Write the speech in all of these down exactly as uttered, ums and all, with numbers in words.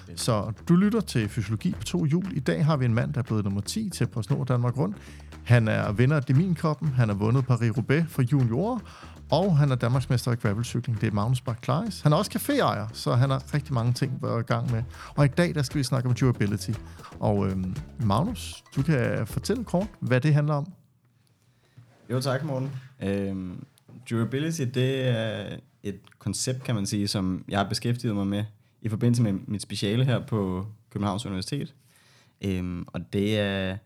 Så du lytter til Fysiologi på to hjul. I dag har vi en mand, der er blevet nummer ti til PostNord Danmark Rundt. Han er vinder af Demin-koppen, han har vundet Paris-Roubaix for juniorer, og han er Danmarksmester i gravelcykling. Det er Magnus Bach Claris. Han er også caféejer, så han har rigtig mange ting at være i gang med. Og i dag der skal vi snakke om durability. Og øhm, Magnus, du kan fortælle kort, hvad det handler om. Jo tak, Morten. Øhm, durability, det er et koncept, kan man sige, som jeg har beskæftiget mig med i forbindelse med mit speciale her på Københavns Universitet. Øhm, og det er,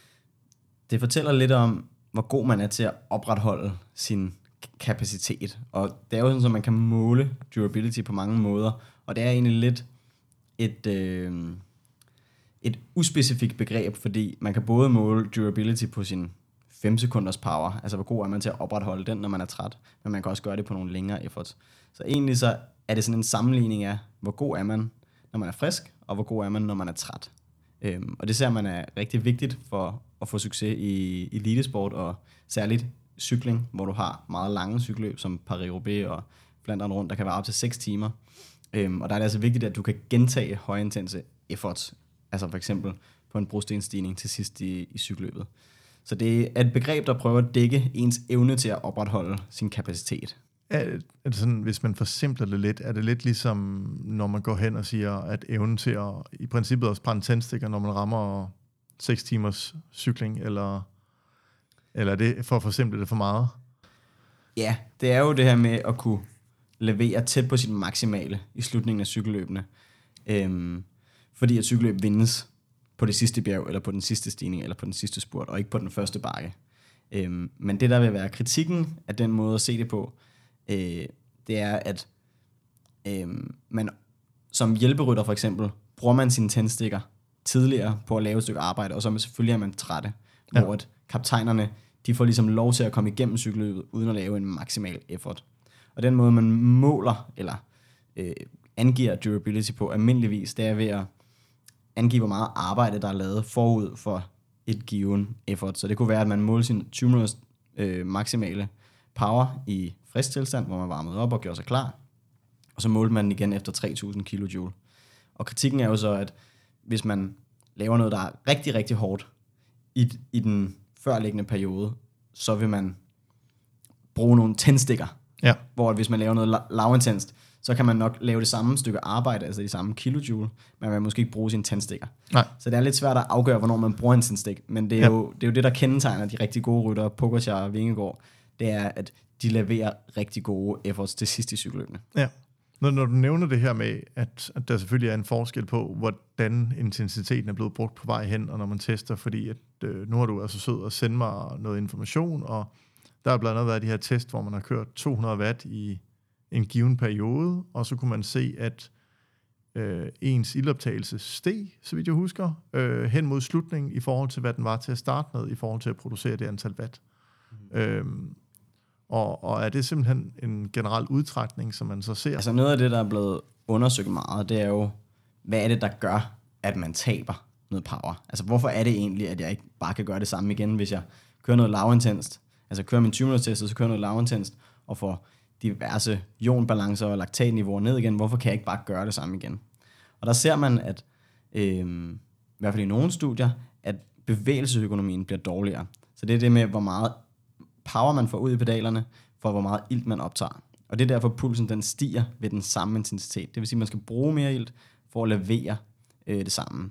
det fortæller lidt om, hvor god man er til at opretholde sin kapacitet. Og det er jo sådan, at man kan måle durability på mange måder, og det er egentlig lidt et, øh, et uspecifikt begreb, fordi man kan både måle durability på sin fem sekunders power, altså hvor god er man til at opretholde den, når man er træt, men man kan også gøre det på nogle længere efforts. Så egentlig så er det sådan en sammenligning af, hvor god er man, når man er frisk, og hvor god er man, når man er træt. Øhm, og det ser man er rigtig vigtigt for at få succes i elitesport, og særligt cykling, hvor du har meget lange cykelløb, som Paris-Roubaix og Flandern rundt, der kan være op til seks timer. Øhm, og der er det altså vigtigt, at du kan gentage højintense efforts, altså for eksempel på en brostenstigning til sidst i, i cykelløbet. Så det er et begreb, der prøver at dække ens evne til at opretholde sin kapacitet. Er det, er det sådan, hvis man forsimpler det lidt, er det lidt ligesom, når man går hen og siger, at evnen til at i princippet også brænde tændstikker, når man rammer seks timers cykling, eller, eller er det for at forsimple det for meget? Ja, det er jo det her med at kunne levere tæt på sin maksimale i slutningen af cykelløbene. Øhm, fordi at cykelløb vindes på det sidste bjerg, eller på den sidste stigning, eller på den sidste spurt, og ikke på den første bakke. Øhm, men det, der vil være kritikken af den måde at se det på, øh, det er, at øh, man som hjælperytter for eksempel, bruger man sine tændstikker tidligere på at lave et stykke arbejde, og så er man selvfølgelig er man trætte, ja. Hvor at kaptajnerne, de får ligesom lov til at komme igennem cykelløbet, uden at lave en maksimal effort. Og den måde, man måler, eller øh, angiver durability på almindeligvis, det er ved at angive, hvor meget arbejde, der er lavet forud for et given effort. Så det kunne være, at man måler sin tyve minutters øh, maksimale power i frisk tilstand, hvor man varmede op og gjorde sig klar, og så målte man den igen efter tre tusind kilojoule. Og kritikken er jo så, at hvis man laver noget, der er rigtig, rigtig hårdt i, i den førliggende periode, så vil man bruge nogle tændstikker. Ja. Hvor hvis man laver noget la- lavintenst, så kan man nok lave det samme stykke arbejde, altså de samme kilojoule, men man vil måske ikke bruge sine tændsstikker. Nej. Så det er lidt svært at afgøre, hvornår man bruger en tændstik, men det er, ja. jo, det er jo det, der kendetegner de rigtig gode ryttere, Pogačar og Vingegaard, det er, at de leverer rigtig gode efforts til sidst i cykelløbene. Ja. Når, når du nævner det her med, at, at der selvfølgelig er en forskel på, hvordan intensiteten er blevet brugt på vej hen, og når man tester, fordi at, øh, nu har du altså sød at sende mig noget information, og der har blandt andet været de her test, hvor man har kørt to hundrede watt i en given periode, og så kunne man se, at øh, ens ildoptagelse steg, så vidt jeg husker, øh, hen mod slutningen i forhold til, hvad den var til at starte med, i forhold til at producere det antal watt. Mm. Øhm, og, og er det simpelthen en generel udtrækning, som man så ser? Altså noget af det, der er blevet undersøgt meget, det er jo, hvad er det, der gør, at man taber noget power? Altså hvorfor er det egentlig, at jeg ikke bare kan gøre det samme igen, hvis jeg kører noget lavintenst, altså kører min tyve minutters test, og så kører noget lavintenst, og får diverse ionbalancer og laktatniveauer ned igen, hvorfor kan jeg ikke bare gøre det samme igen? Og der ser man, at øh, i hvert fald i nogle studier, at bevægelsesøkonomien bliver dårligere. Så det er det med, hvor meget power man får ud i pedalerne, for hvor meget ilt man optager. Og det er derfor, pulsen den stiger ved den samme intensitet. Det vil sige, at man skal bruge mere ilt for at levere øh, det samme.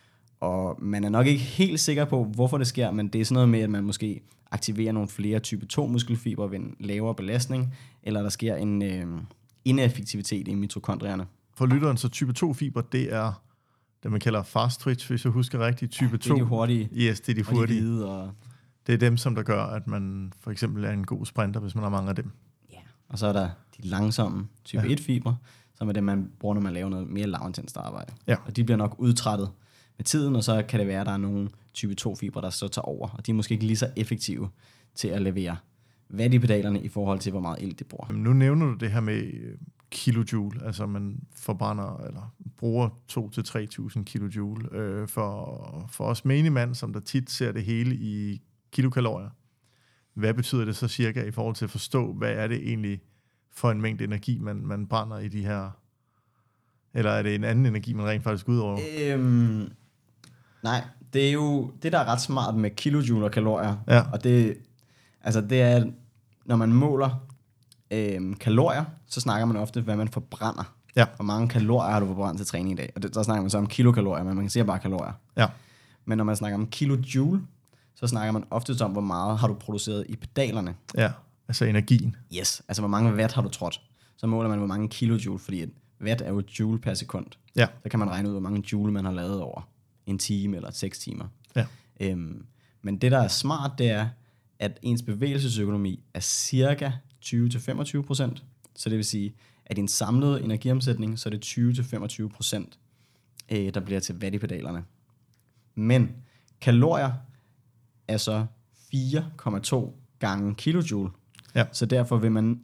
Og man er nok ikke helt sikker på, hvorfor det sker, men det er sådan noget med, at man måske aktiverer nogle flere type to muskelfibre ved en lavere belastning, eller der sker en øh, ineffektivitet i mitokondrierne. For lytteren, så type to fiber, det er det, man kalder fast twitch, hvis jeg husker rigtigt. Type ja, det er de hurtige. Yes, det er de hurtige. Og de hvide, og det er dem, som der gør, at man for eksempel er en god sprinter, hvis man har mange af dem. Ja, og så er der de langsomme type ja. et fibre, som er dem, man bruger, når man laver noget mere lavintenst arbejde. Ja. Og de bliver nok udtrættet med tiden, og så kan det være, at der er nogle type to fibre, der så tager over, og de er måske ikke lige så effektive til at levere vat i pedalerne i forhold til, hvor meget ilt de bruger. Nu nævner du det her med kilojoule, altså man forbrænder eller bruger to til tre tusind kilojoule. Øh, for, for os menigmand, som der tit ser det hele i kilokalorier, hvad betyder det så cirka i forhold til at forstå, hvad er det egentlig for en mængde energi, man, man brænder i de her Eller er det en anden energi, man rent faktisk ud over? Øhm, nej, det er jo det, der er ret smart med kilojoule og kalorier. Ja. Og det, altså det er, når man måler øhm, kalorier, så snakker man ofte, hvad man forbrænder. Ja. Hvor mange kalorier har du forbrændt til træning i dag? Og det, der snakker man så om kilokalorier, men man kan sige bare kalorier. Ja. Men når man snakker om kilojoule, så snakker man ofte om, hvor meget har du produceret i pedalerne. Ja, altså energien. Yes, altså hvor mange watt har du trådt. Så måler man, hvor mange kilojoule, fordi et watt er jo joule per sekund. Ja. Så kan man regne ud, hvor mange joule man har lavet over en time eller seks timer. Ja. Øhm, men det, der er smart, det er, at ens bevægelsesøkonomi er cirka tyve til femogtyve procent. Så det vil sige, at din samlede energiomsætning, så er det tyve til femogtyve procent, øh, der bliver til watt i pedalerne. Men kalorier er så fire komma to gange kilojoule. Ja. Så derfor vil man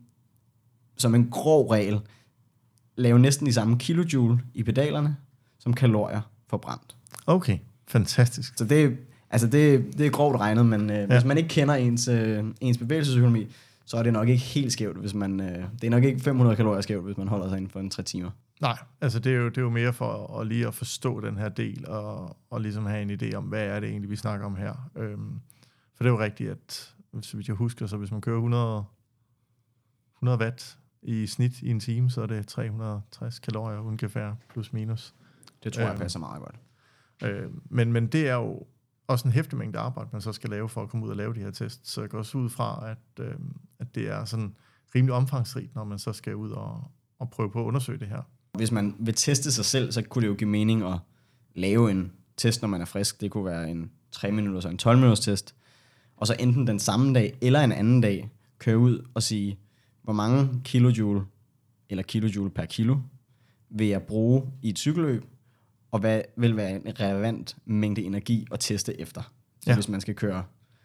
som en grov regel lave næsten de samme kilojoule i pedalerne, som kalorier forbrændt. Okay, fantastisk. Så det, altså det, det er grovt regnet, men øh, ja. hvis man ikke kender ens, øh, ens bevægelsesøkonomi, så er det nok ikke helt skævt, hvis man, øh, det er nok ikke fem hundrede kalorier skævt, hvis man holder sig inden for en tre timer. Nej, altså det er jo, det er jo mere for at lige at forstå den her del, og, og ligesom have en idé om, hvad er det egentlig, vi snakker om her. Øhm, for det er jo rigtigt, at så vidt jeg husker, så hvis man kører hundrede, hundrede watt i snit i en time, så er det tre hundrede og tres kalorier ungefær, plus minus. Det tror jeg øhm, passer meget godt. Øh, men, men det er jo også en hæftig mængde arbejde, man så skal lave for at komme ud og lave de her tests. Så jeg går også ud fra, at, øh, at det er sådan rimelig omfangsrigt, når man så skal ud og, og prøve på at undersøge det her. Hvis man vil teste sig selv, så kunne det jo give mening at lave en test, når man er frisk. Det kunne være en tre minutters og en tolv minutters test. Og så enten den samme dag eller en anden dag køre ud og sige, hvor mange kilojoule eller kilojoule per kilo vil jeg bruge i et cykelløb, og hvad vil være en relevant mængde energi at teste efter. Så ja. Hvis man skal køre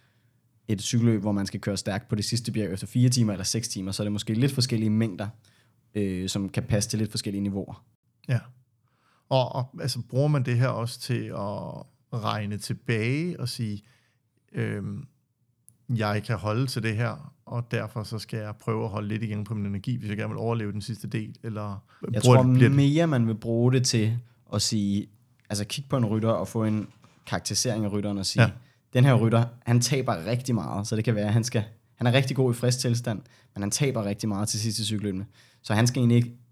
et cykelløb, hvor man skal køre stærkt på det sidste bjerg efter fire timer eller seks timer, så er det måske lidt forskellige mængder, øh, som kan passe til lidt forskellige niveauer. Ja, og, og altså, bruger man det her også til at regne tilbage og sige, øh, jeg kan holde til det her, og derfor så skal jeg prøve at holde lidt igen på min energi, hvis jeg gerne vil overleve den sidste del, eller... Jeg tror det, mere, man vil bruge det til at sige, altså kigge på en rytter og få en karakterisering af rytteren og sige, ja. Den her rytter, han taber rigtig meget, så det kan være, at han skal, han er rigtig god i frisk tilstand, men han taber rigtig meget til sidste cykelløbene, så han skal egentlig ikke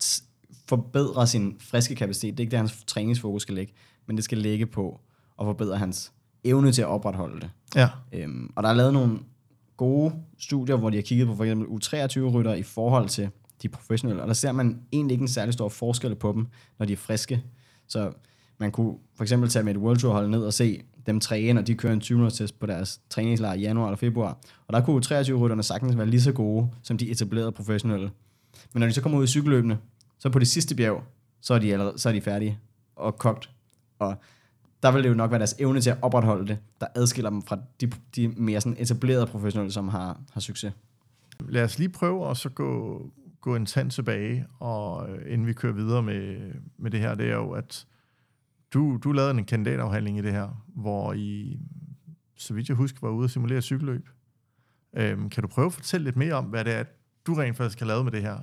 forbedre sin friske kapacitet, det er ikke det, hans træningsfokus skal ligge, men det skal ligge på at forbedre hans evne til at opretholde det. Ja. Øhm, og der er lavet nogle gode studier, hvor de har kigget på for eksempel U treogtyve-rytter i forhold til de professionelle, og der ser man egentlig ikke en særlig stor forskel på dem, når de er friske. Så man kunne for eksempel tage med et World Tour hold ned og se dem træne, og de kører en tyve minutters test på deres træningslejr i januar eller februar, og der kunne U treogtyve-rytterne sagtens være lige så gode, som de etablerede professionelle. Men når de så kommer ud i cykelløbene, så på det sidste bjerg, så er de, allerede, så er de færdige og kogt, og der vil det jo nok være deres evne til at opretholde det, der adskiller dem fra de, de mere sådan etablerede professionelle, som har, har succes. Lad os lige prøve at så gå, gå en tand tilbage, og inden vi kører videre med, med det her, det er jo, at du, du lavede en kandidatafhandling i det her, hvor I, så vidt jeg husker, var ude at simulere et cykelløb. Øhm, kan du prøve at fortælle lidt mere om, hvad det er, du rent faktisk har lavet med det her?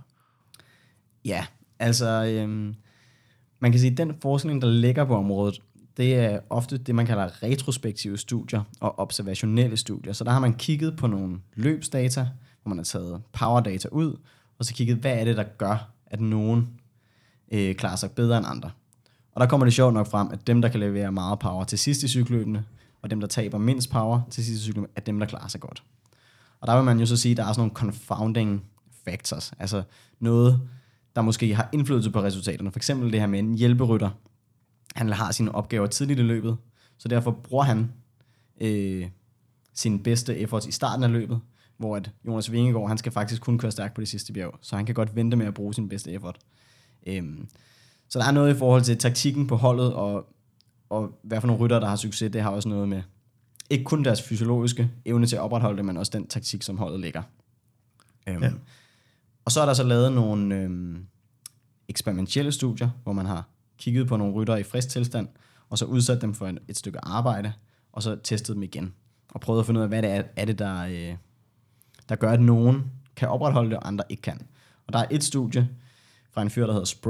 Ja, altså, øhm, man kan sige, at den forskning, der ligger på området, det er ofte det, man kalder retrospektive studier og observationelle studier. Så der har man kigget på nogle løbsdata, hvor man har taget powerdata ud, og så kigget, hvad er det, der gør, at nogen øh, klarer sig bedre end andre. Og der kommer det sjovt nok frem, at dem, der kan levere meget power til sidst i cykelløbene, og dem, der taber mindst power til sidst i cykelløbene, er dem, der klarer sig godt. Og der vil man jo så sige, at der er sådan nogle confounding factors, altså noget, der måske har indflydelse på resultaterne. For eksempel det her med en hjælperytter. Han har sine opgaver tidligt i løbet, så derfor bruger han øh, sine bedste efforts i starten af løbet, hvor at Jonas Vingegaard, han skal faktisk kun køre stærkt på det sidste bjerg, så han kan godt vente med at bruge sin bedste effort. Øhm, så der er noget i forhold til taktikken på holdet, og, og hvad for nogle rytter, der har succes, det har også noget med, ikke kun deres fysiologiske evne til at opretholde det, men også den taktik, som holdet lægger. Øhm, ja. Og så er der så lavet nogle øhm, eksperimentelle studier, hvor man har kigget på nogle rytter i frisk tilstand, og så udsat dem for et, et stykke arbejde, og så testet dem igen, og prøvet at finde ud af, hvad det er, er det, der, øh, der gør, at nogen kan opretholde det, og andre ikke kan. Og der er et studie fra en fyr, der hedder Sprague,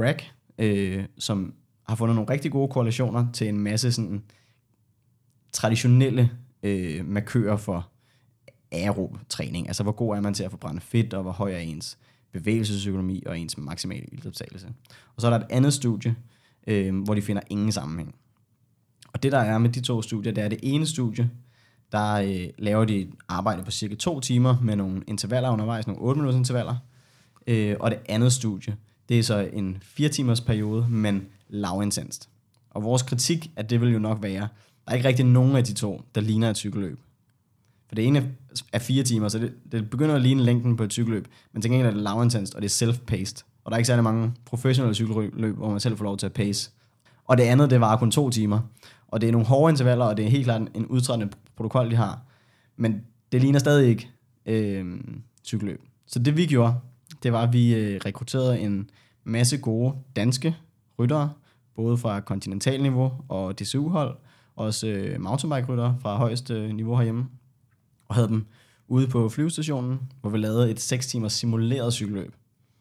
øh, som har fundet nogle rigtig gode korrelationer til en masse sådan traditionelle øh, markører for aerob træning. Altså hvor god er man til at forbrænde fedt, og hvor høj er ens bevægelsesøkonomi og ens maksimale iltoptagelse. Og så er der et andet studie, øh, hvor de finder ingen sammenhæng. Og det der er med de to studier, det er det ene studie, der øh, laver de et arbejde på cirka to timer med nogle intervaller undervejs, nogle otte minutters intervaller. Øh, og det andet studie, det er så en fire timers periode, men lavintenst. Og vores kritik af det vil jo nok være, der er ikke rigtig nogen af de to, der ligner et cykelløb. For det ene er fire timer, så det, det begynder at ligne længden på et cykelløb, men til gengæld er det lavintenst, og det er self-paced. Og der er ikke særlig mange professionelle cykelløb, hvor man selv får lov til at pace. Og det andet, det var kun to timer. Og det er nogle hårde intervaller, og det er helt klart en udtrættende protokol, de har. Men det ligner stadig ikke øh, cykelløb. Så det vi gjorde, det var, at vi øh, rekrutterede en masse gode danske ryttere, både fra kontinentalniveau og D C U-hold, også øh, mountainbike-ryttere fra højeste niveau herhjemme, og havde dem ude på flyvestationen, hvor vi lavede et seks timers simuleret cykelløb.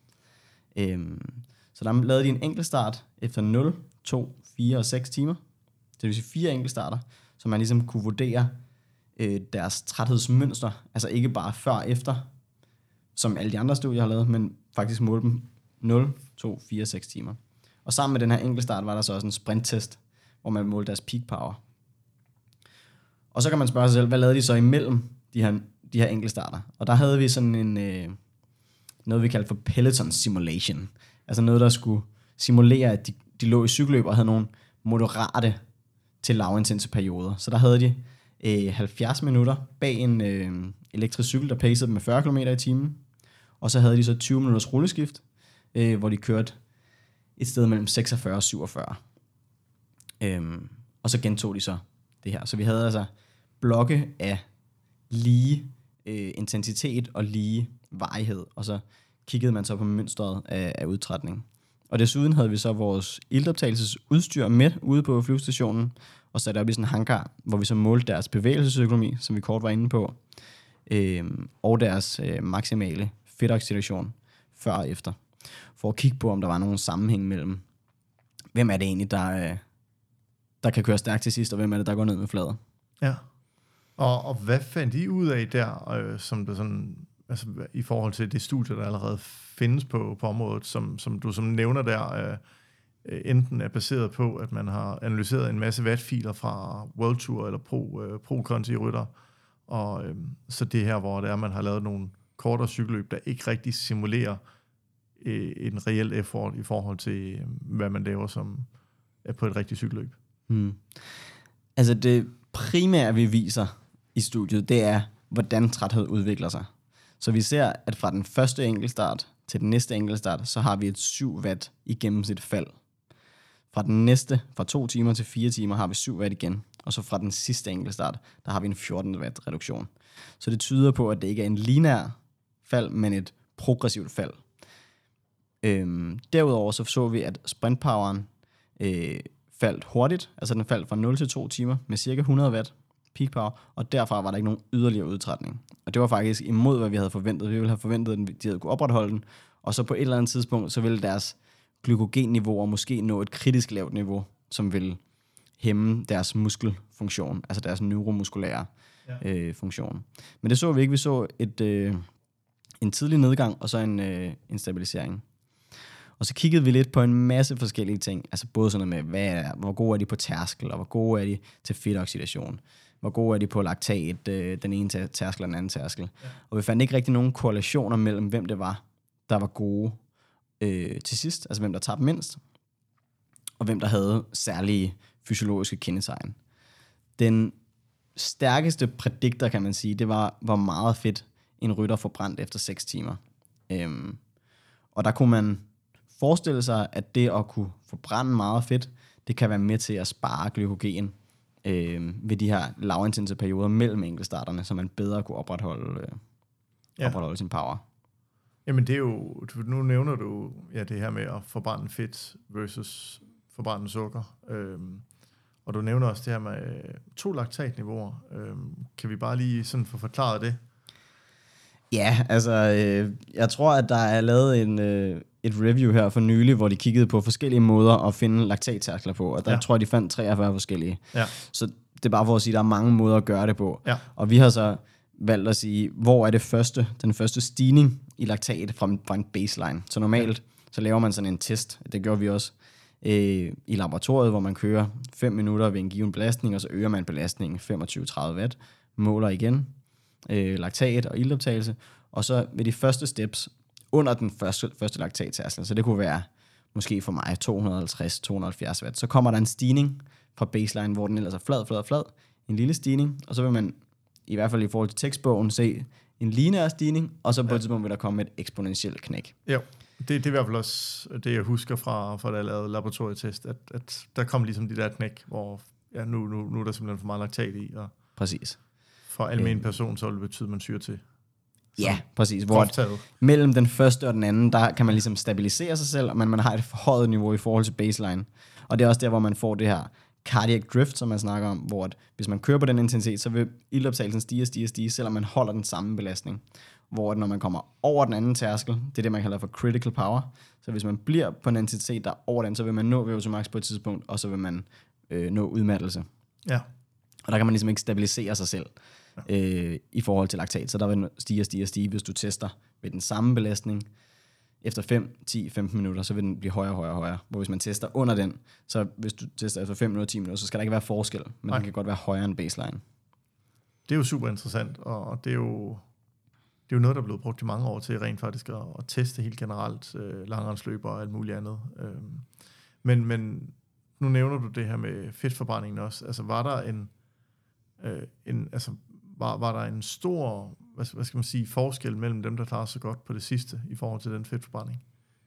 Øhm, så der lavede de en enkeltstart efter nul, to, fire og seks timer. Det vil sige fire enkeltstarter, så man ligesom kunne vurdere øh, deres træthedsmønster, altså ikke bare før og efter, som alle de andre studier har lavet, men faktisk måle dem nul, to, fire og seks timer. Og sammen med den her enkeltstart var der så også en sprinttest, hvor man målte deres peak power. Og så kan man spørge sig selv, hvad lavede de så imellem de her, de her enkeltstarter? Og der havde vi sådan en, øh, noget vi kaldte for peloton simulation. Altså noget, der skulle simulere, at de, de lå i cykelløb og havde nogle moderate til lavintense perioder. Så der havde de øh, halvfjerds minutter bag en øh, elektrisk cykel, der pacede dem med fyrre kilometer i timen. Og så havde de så tyve minutters rulleskift, øh, hvor de kørte et sted mellem seksogfyrre og syvogfyrre. Øhm, og så gentog de så det her. Så vi havde altså blokke af lige øh, intensitet og lige varighed, og så kiggede man så på mønstret af, af udtrætning. Og desuden havde vi så vores iltoptagelsesudstyr med ude på flyvestationen, og satte op i sådan en hangar, hvor vi så målte deres bevægelsesøkonomi, som vi kort var inde på, øh, og deres øh, maksimale fedtoxidation før og efter, for at kigge på, om der var nogen sammenhæng mellem, hvem er det egentlig, der, øh, der kan køre stærkt til sidst, og hvem er det, der går ned med fladet. Ja. Og, og hvad fandt I ud af der, øh, som det sådan, altså i forhold til det studie, der allerede findes på, på området, som, som du som nævner der, øh, enten er baseret på, at man har analyseret en masse wattfiler fra World Tour eller Pro, øh, Pro-Conti rytter, og øh, så det her, hvor det er, man har lavet nogle kortere cykelløb, der ikke rigtig simulerer øh, en reel effort i forhold til, øh, hvad man laver som er på et rigtigt cykelløb. Hmm. Altså det primære, vi viser i studiet, det er, hvordan træthed udvikler sig. Så vi ser, at fra den første enkeltstart til den næste enkeltstart, så har vi et syv watt i gennemsnit fald. Fra den næste, fra to timer til fire timer, har vi syv watt igen. Og så fra den sidste enkeltstart, der har vi en fjorten watt reduktion. Så det tyder på, at det ikke er en lineær fald, men et progressivt fald. Øhm, derudover så så vi, at sprintpoweren øh, faldt hurtigt. Altså den faldt fra nul til to timer med cirka hundrede watt peak power, og derfra var der ikke nogen yderligere udtrætning. Og det var faktisk imod, hvad vi havde forventet. Vi ville have forventet, at de havde kunne opretholde den, og så på et eller andet tidspunkt, så ville deres glykogenniveauer måske nå et kritisk lavt niveau, som ville hæmme deres muskelfunktion, altså deres neuromuskulære ja. øh, funktion. Men det så vi ikke. Vi så et, øh, en tidlig nedgang, og så en, øh, en stabilisering. Og så kiggede vi lidt på en masse forskellige ting, altså både sådan noget med, hvad er, hvor gode er de på tærskel, og hvor gode er de til fedtoxidation, hvor gode er de på laktat, øh, den ene tærskel og den anden tærskel. Ja. Og vi fandt ikke rigtig nogen korrelationer mellem, hvem det var, der var gode øh, til sidst, altså hvem der tabte mindst, og hvem der havde særlige fysiologiske kendetegn. Den stærkeste prædiktor, kan man sige, det var, hvor meget fedt en rytter får brændt efter seks timer. Øhm, og der kunne man forestille sig, at det at kunne forbrænde meget fedt, det kan være med til at spare glykogen øh, ved de her lavintense perioder mellem enkeltstarterne, så man bedre kunne opretholde, øh, ja. opretholde sin power. Jamen det er jo, nu nævner du ja, det her med at forbrænde fedt versus forbrænde sukker. Øhm, og du nævner også det her med to laktatniveauer. Øhm, kan vi bare lige sådan få forklaret det? Ja, altså, øh, jeg tror, at der er lavet en, øh, et review her for nylig, hvor de kiggede på forskellige måder at finde laktattærskler på, og der ja. tror jeg, de fandt treogfyrre forskellige. Ja. Så det er bare for at sige, at der er mange måder at gøre det på. Ja. Og vi har så valgt at sige, hvor er det første, den første stigning i laktat fra, fra en baseline. Så normalt, ja. så laver man sådan en test, det gjorde vi også, øh, i laboratoriet, hvor man kører fem minutter ved en given belastning, og så øger man belastningen femogtyve til tredive watt, måler igen, øh, laktat og iltoptagelse, og så ved de første steps under den første, første laktattærskel, så det kunne være måske for mig to hundrede og halvtreds til to hundrede og halvfjerds watt, så kommer der en stigning fra baseline, hvor den ellers er flad, flad, flad, en lille stigning, og så vil man i hvert fald i forhold til tekstbogen se en lineær stigning, og så på ja. et tidspunkt vil der komme et eksponentielt knæk. Jo, det, det er i hvert fald også det, jeg husker fra, fra da jeg lavede laboratorietest, at, at der kom ligesom de der knæk, hvor ja, nu, nu, nu er der simpelthen for meget laktat i, og præcis. For almen øh. person, så vil det betyde, at man syrer til. Ja, præcis. Hvor mellem den første og den anden, der kan man ligesom stabilisere sig selv, men man har et forhøjet niveau i forhold til baseline. Og det er også der, hvor man får det her cardiac drift, som man snakker om, hvor at hvis man kører på den intensitet, så vil iltoptagelsen stige og stige og stige, selvom man holder den samme belastning. Hvor at når man kommer over den anden tærskel, det er det, man kalder for critical power, så hvis man bliver på en intensitet, der er over den, så vil man nå V O to max på et tidspunkt, og så vil man øh, nå udmattelse. Ja. Og der kan man ligesom ikke stabilisere sig selv ja. øh, i forhold til laktat, så der vil stige og stige og stige, hvis du tester ved den samme belastning. Efter fem, ti, femten minutter, så vil den blive højere, højere, højere. Hvor hvis man tester under den, så hvis du tester efter fem minutter, ti minutter, så skal der ikke være forskel, men Nej. den kan godt være højere end baseline. Det er jo super interessant, og det er jo, det er jo noget, der er blevet brugt i mange år til rent faktisk at, at teste helt generelt øh, langrendsløb og alt muligt andet. Øh, men, men nu nævner du det her med fedtforbrændingen også. Altså var der en, øh, en altså var, var der en stor, hvad, hvad skal man sige, forskel mellem dem, der klarer sig godt på det sidste, i forhold til den fedtforbrænding?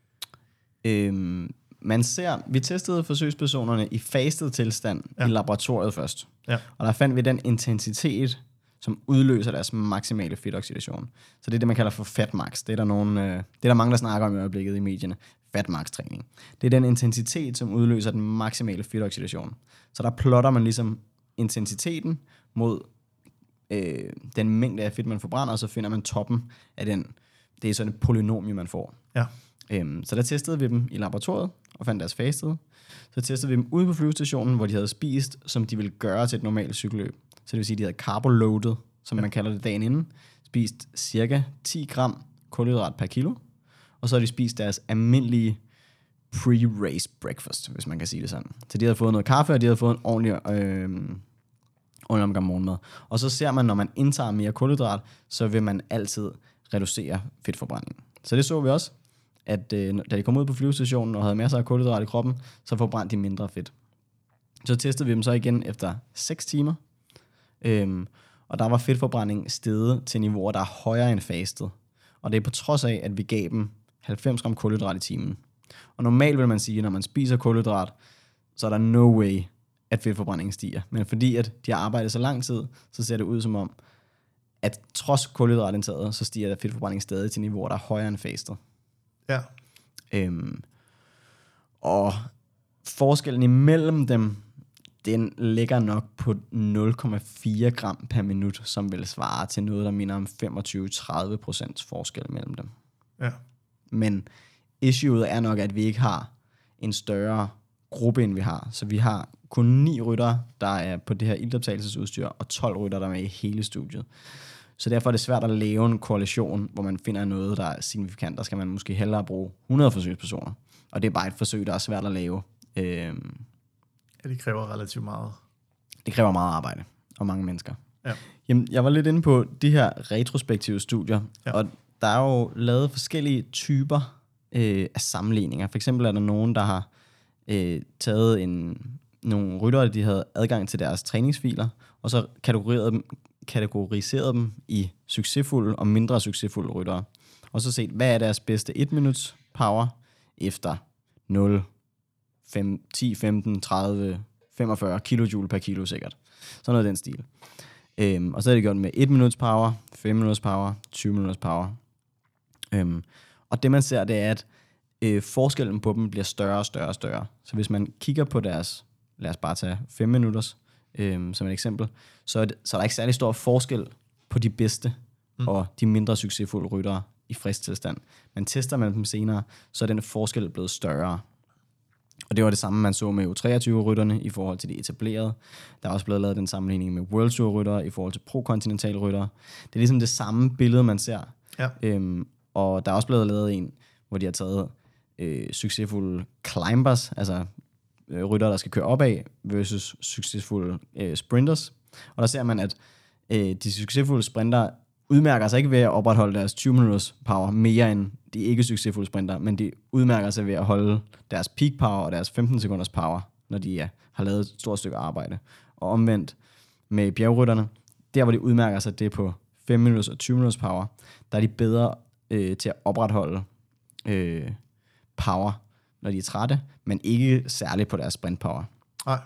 Øhm, man ser, vi testede forsøgspersonerne i fastet tilstand ja. i laboratoriet først. Ja. Og der fandt vi den intensitet, som udløser deres maksimale fedtoxidation. Så det er det, man kalder for fatmax. Det er der, nogen, øh, det er der mange, der snakker om i øjeblikket i medierne. Fatmax-træning. Det er den intensitet, som udløser den maksimale fedtoxidation. Så der plotter man ligesom intensiteten mod øh, den mængde af fedt, man forbrænder, og så finder man toppen af den. Det er sådan et polynomium, man får. Ja. Øhm, så der testede vi dem i laboratoriet, og fandt deres fastet. Så testede vi dem ude på flyvestationen, hvor de havde spist, som de ville gøre til et normalt cykelløb. Så det vil sige, at de havde carboloaded, som ja. man kalder det dagen inden, spist cirka ti gram kulhydrat per kilo, og så havde de spist deres almindelige pre-race breakfast, hvis man kan sige det sådan. Så de havde fået noget kaffe, og de havde fået en ordentlig, øh, ordentlig omgang morgenmad. Og så ser man, når man indtager mere kulhydrat, så vil man altid reducere fedtforbrændingen. Så det så vi også, at øh, da de kom ud på flyvestationen og havde masser af kulhydrat i kroppen, så forbrændte de mindre fedt. Så testede vi dem så igen efter seks timer, øhm, og der var fedtforbrænding steget til niveauer, der er højere end fastet. Og det er på trods af, at vi gav dem halvfems gram kulhydrat i timen. Og normalt vil man sige, at når man spiser kulhydrat, så er der no way, at fedtforbrændingen stiger. Men fordi at de har arbejdet så lang tid, så ser det ud som om, at trods kulhydratindtaget, så stiger der fedtforbrænding stadig til niveauer, der er højere end fastet. Ja. Øhm, og forskellen imellem dem, den ligger nok på nul komma fire gram per minut, som vil svare til noget, der minder om femogtyve til tredive procent forskel mellem dem. Ja. Men issueet er nok, at vi ikke har en større gruppe, end vi har. Så vi har kun ni ryttere, der er på det her iltoptagelsesudstyr, og tolv ryttere, der er med i hele studiet. Så derfor er det svært at lave en koalition, hvor man finder noget, der er signifikant. Der skal man måske hellere bruge hundrede forsøgspersoner. Og det er bare et forsøg, der er svært at lave. Øhm, ja, det kræver relativt meget. Det kræver meget arbejde, og mange mennesker. Ja. Jamen, jeg var lidt inde på de her retrospektive studier, ja. og der er jo lavet forskellige typer øh, af sammenligninger. For eksempel er der nogen, der har øh, taget en, nogle ryttere, de havde adgang til deres træningsfiler, og så kategoriseret dem, kategoriseret dem i succesfulde og mindre succesfulde ryttere. Og så set, hvad er deres bedste et minuts power efter nul, fem, ti, femten, tredive, femogfyrre kilojoule per kilo sikkert. Sådan noget af den stil. Øhm, og så er det gjort med et minuts power, fem minuts power, tyve minuts power. Øhm, og det man ser, det er, at øh, forskellen på dem bliver større og større og større. Så hvis man kigger på deres, lad os bare tage fem minutters, øhm, som et eksempel, så er, det, så er der ikke særlig stor forskel på de bedste mm. og de mindre succesfulde ryttere i frisk tilstand. Men tester man dem senere, så er den forskel blevet større. Og det var det samme, man så med U treogtyve-rytterne i forhold til de etablerede. Der er også blevet lavet den sammenligning med World Tour-ryttere i forhold til pro-kontinental-ryttere. Det er ligesom det samme billede, man ser. Ja. Øhm, og der er også blevet lavet en, hvor de har taget øh, succesfulde climbers, altså øh, ryttere, der skal køre opad, versus succesfulde øh, sprinters. Og der ser man, at øh, de succesfulde sprinter udmærker sig ikke ved at opretholde deres tyve minutters power mere end de ikke succesfulde sprinter, men de udmærker sig ved at holde deres peak power og deres femten sekunders power, når de ja, har lavet et stort stykke arbejde. Og omvendt med bjergrytterne, der hvor de udmærker sig, det er på fem minutters og tyve minutters power, der er de bedre øh, til at opretholde øh, power, når de er trætte, men ikke særligt på deres sprint power. Nej.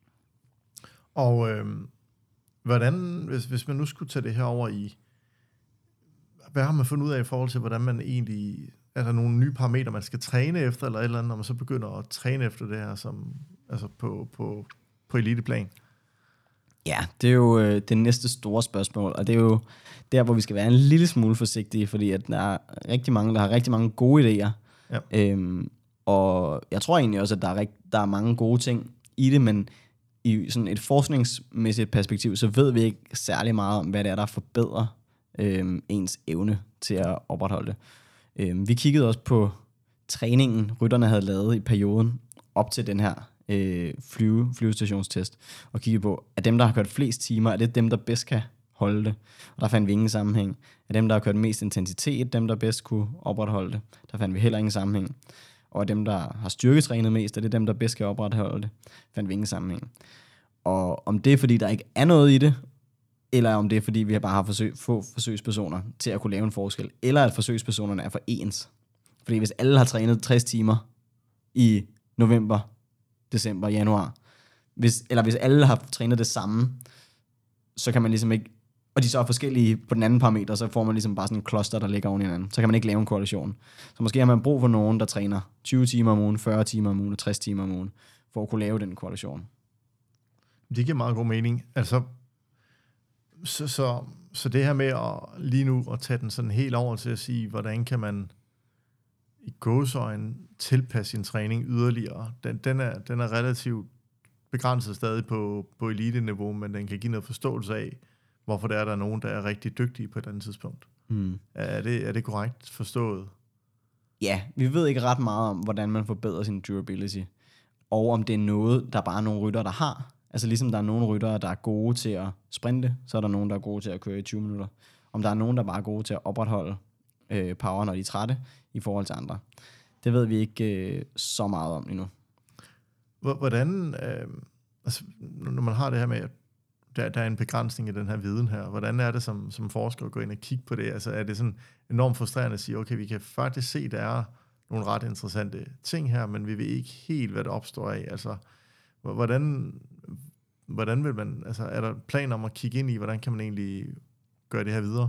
Og øh, hvordan, hvis, hvis man nu skulle tage det her over i, hvad har man fundet ud af i forhold til, hvordan man egentlig, er der nogle nye parametre, man skal træne efter, eller et eller andet, når man så begynder at træne efter det her, som, altså på, på, på eliteplan? Ja, det er jo øh, det næste store spørgsmål, og det er jo der, hvor vi skal være en lille smule forsigtige, fordi at der er rigtig mange, der har rigtig mange gode idéer. Ja. Øhm, og jeg tror egentlig også, at der er, rigt, der er mange gode ting i det, men i sådan et forskningsmæssigt perspektiv, så ved vi ikke særlig meget om, hvad det er, der forbedrer øhm, ens evne til at opretholde det. Øhm, vi kiggede også på træningen, rytterne havde lavet i perioden op til den her øh, flyve, flyvestationstest, og kiggede på, at dem, der har kørt flest timer, er det dem, der bedst kan holde det. Og der fandt vi ingen sammenhæng. Er dem, der har kørt mest intensitet, dem, der bedst kunne opretholde det. Der fandt vi heller ingen sammenhæng. Og er dem, der har styrketrænet mest, er det dem, der bedst kan opretholde det. Fandt vi ingen sammenhæng. Og om det er, fordi der ikke er noget i det, eller om det er, fordi vi bare har forsøg, få forsøgspersoner til at kunne lave en forskel, eller at forsøgspersonerne er for ens. Fordi hvis alle har trænet tres timer i november, december, januar, hvis, eller hvis alle har trænet det samme, så kan man ligesom ikke, og de så er forskellige på den anden parameter, så får man ligesom bare sådan en cluster, der ligger oven i hinanden. Så kan man ikke lave en korrelation. Så måske har man brug for nogen, der træner tyve timer om ugen, fyrre timer om ugen, tres timer om ugen, for at kunne lave den korrelation. Det giver meget god mening. Altså, så, så, så det her med at lige nu at tage den sådan helt over til at sige, hvordan kan man i gåseøjne tilpasse sin træning yderligere. Den, den, er, den er relativt begrænset stadig på, på elite-niveau, men den kan give noget forståelse af, hvorfor der er der nogen, der er rigtig dygtige på et andet tidspunkt. Mm. Er, det, er det korrekt forstået? Ja, vi ved ikke ret meget om, hvordan man forbedrer sin durability, og om det er noget, der bare er nogle ryttere, der har. Altså ligesom der er nogle ryttere, der er gode til at sprinte, så er der nogen, der er gode til at køre i tyve minutter. Om der er nogen, der bare er gode til at opretholde øh, power, når de er trætte, i forhold til andre. Det ved vi ikke øh, så meget om endnu. Hvordan, øh, altså, når man har det her med, at der, der er en begrænsning i den her viden her, hvordan er det som, som forsker at gå ind og kigge på det? Altså er det sådan enormt frustrerende at sige, okay, vi kan faktisk se, at der er nogle ret interessante ting her, men vi ved ikke helt, hvad det opstår af. Altså, hvordan, hvordan vil man, altså er der planer om at kigge ind i, hvordan kan man egentlig gøre det her videre?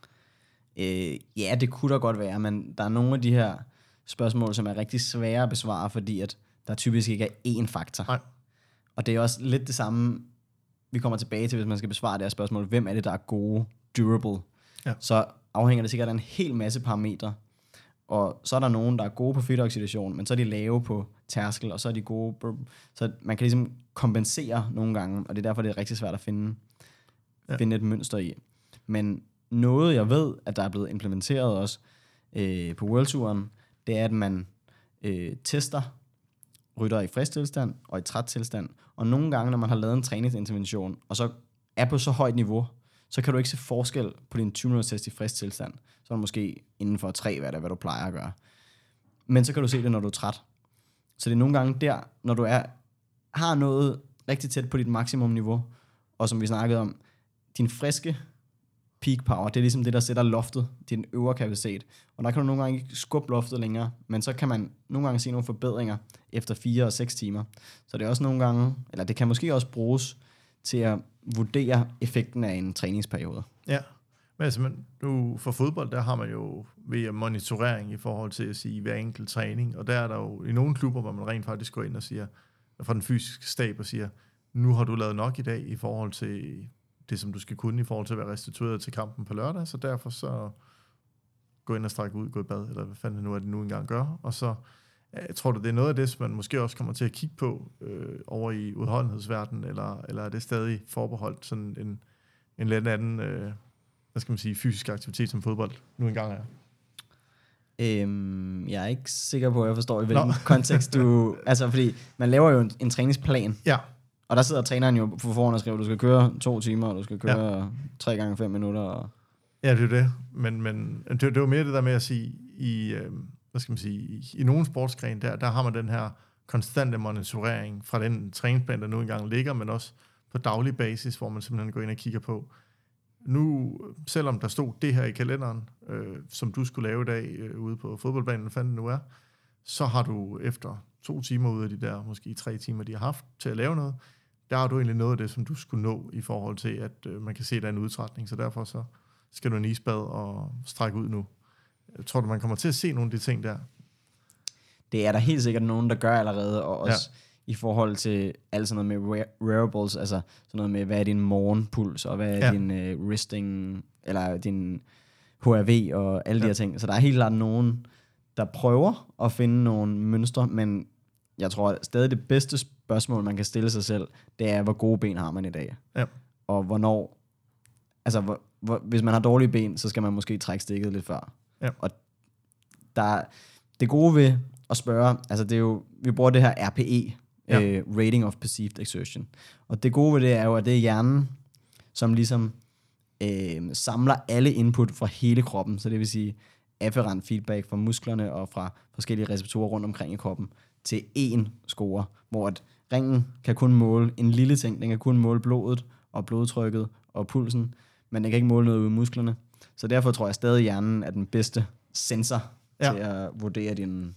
Øh, ja, det kunne da godt være, men der er nogle af de her spørgsmål, som er rigtig svære at besvare, fordi at der typisk ikke er én faktor. Nej. Og det er også lidt det samme, vi kommer tilbage til, hvis man skal besvare det her spørgsmål. Hvem er det, der er gode, durable? Ja. Så afhænger det sikkert af en hel masse parametre. Og så er der nogen, der er gode på fedtoxidation, men så er de lave på tærskel, og så er de gode på... Så man kan ligesom kompensere nogle gange, og det er derfor, det er rigtig svært at finde, ja. finde et mønster i. Men noget, jeg ved, at der er blevet implementeret også øh, på Worldtouren, det er, at man øh, tester rytter i frisk tilstand og i træt tilstand. Og nogle gange, når man har lavet en træningsintervention, og så er på så højt niveau, så kan du ikke se forskel på din tyve minutters test i frisk tilstand. Så er det måske inden for tre, hvad, det, hvad du plejer at gøre. Men så kan du se det, når du er træt. Så det er nogle gange der, når du er, har noget rigtig tæt på dit maksimumniveau, og som vi snakkede om, din friske peak power, det er ligesom det, der sætter loftet, din øvre kapacitet. Og der kan du nogle gange ikke skubbe loftet længere, men så kan man nogle gange se nogle forbedringer efter fire og seks timer. Så det er også nogle gange, eller det kan måske også bruges til at vurdere effekten af en træningsperiode. Ja, men altså, man, nu for fodbold, der har man jo ved monitorering i forhold til at sige hver enkelt træning, og der er der jo i nogle klubber, hvor man rent faktisk går ind og siger, fra den fysiske stab og siger, nu har du lavet nok i dag i forhold til det, som du skal kunne i forhold til at være restitueret til kampen på lørdag, så derfor så gå ind og strække ud, gå i bad, eller hvad fanden det nu er, det nu engang gør, og så jeg tror du, det er noget af det, som man måske også kommer til at kigge på øh, over i udholdenhedsverdenen, eller, eller er det stadig forbeholdt sådan en, en lidt anden, øh, hvad skal man sige, fysisk aktivitet som fodbold nu engang er? Øhm, jeg er ikke sikker på, at jeg forstår i hvilken Nå. kontekst du... Altså, fordi man laver jo en, en træningsplan, ja. og der sidder træneren jo på forhånd og skriver, du skal køre to timer, og du skal køre ja. tre gange fem minutter. Og... Ja, det er det. Men, men det, det var mere det der med at sige, i, øh, hvad skal man sige, i, i nogle sportsgrene, der, der har man den her konstante monitorering fra den træningsplan, der nu engang ligger, men også på daglig basis, hvor man simpelthen går ind og kigger på, nu, selvom der stod det her i kalenderen, øh, som du skulle lave i dag øh, ude på fodboldbanen, hvad fanden det nu er, så har du efter to timer ud af de der, måske tre timer, de har haft til at lave noget, der har du egentlig noget af det, som du skulle nå i forhold til, at øh, man kan se, at der er en udtrætning, så derfor så skal du en isbad og strække ud nu. Jeg tror du, man kommer til at se nogle af de ting der? Det er der helt sikkert nogen, der gør allerede, og også ja. i forhold til alt sådan noget med wearables, altså sådan noget med, hvad er din morgenpuls, og hvad er ja. din uh, wristing, eller din H R V, og alle ja. de her ting. Så der er helt klart nogen, der prøver at finde nogle mønstre, men jeg tror at stadig det bedste spørgsmål, man kan stille sig selv, det er, hvor gode ben har man i dag? Ja. Og hvornår, altså hvor, hvor, hvis man har dårlige ben, så skal man måske trække stikket lidt før. Ja. Og der, det gode ved at spørge, altså det er jo, vi bruger det her R P E, ja. uh, Rating of Perceived Exertion. Og det gode ved det er jo, at det er hjernen, som ligesom øh, samler alle input fra hele kroppen, så det vil sige afferent feedback fra musklerne og fra forskellige receptorer rundt omkring i kroppen, til én score, hvor at ringen kan kun måle en lille ting, den kan kun måle blodet og blodtrykket og pulsen, men den kan ikke måle noget ud i musklerne. Så derfor tror jeg stadig, at hjernen er den bedste sensor ja. til at vurdere din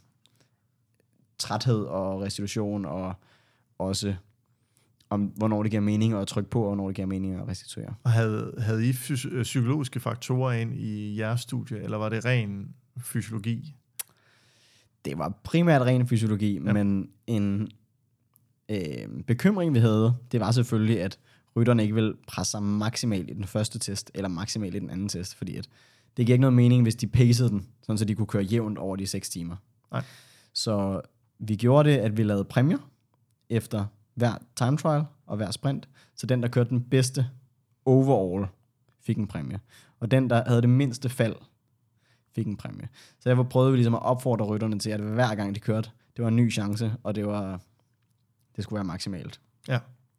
træthed og restitution, og også om, hvornår det giver mening at trykke på, og hvornår det giver mening at restituere. Og havde, havde I fys- psykologiske faktorer ind i jeres studie, eller var det ren fysiologi? Det var primært ren fysiologi, ja. men en øh, bekymring, vi havde, det var selvfølgelig, at rytterne ikke vil presse sig maksimalt i den første test, eller maksimalt i den anden test, fordi at det giver ikke noget mening, hvis de pacede den, sådan så de kunne køre jævnt over de seks timer. Nej. Så vi gjorde det, at vi lavede præmier efter hver time trial og hver sprint, så den, der kørte den bedste overall, fik en præmie. Og den, der havde det mindste fald, fik en præmie. Så derfor prøvede vi ligesom at opfordre rytterne til, at hver gang de kørte, det var en ny chance, og det var det skulle være maksimalt. Ja.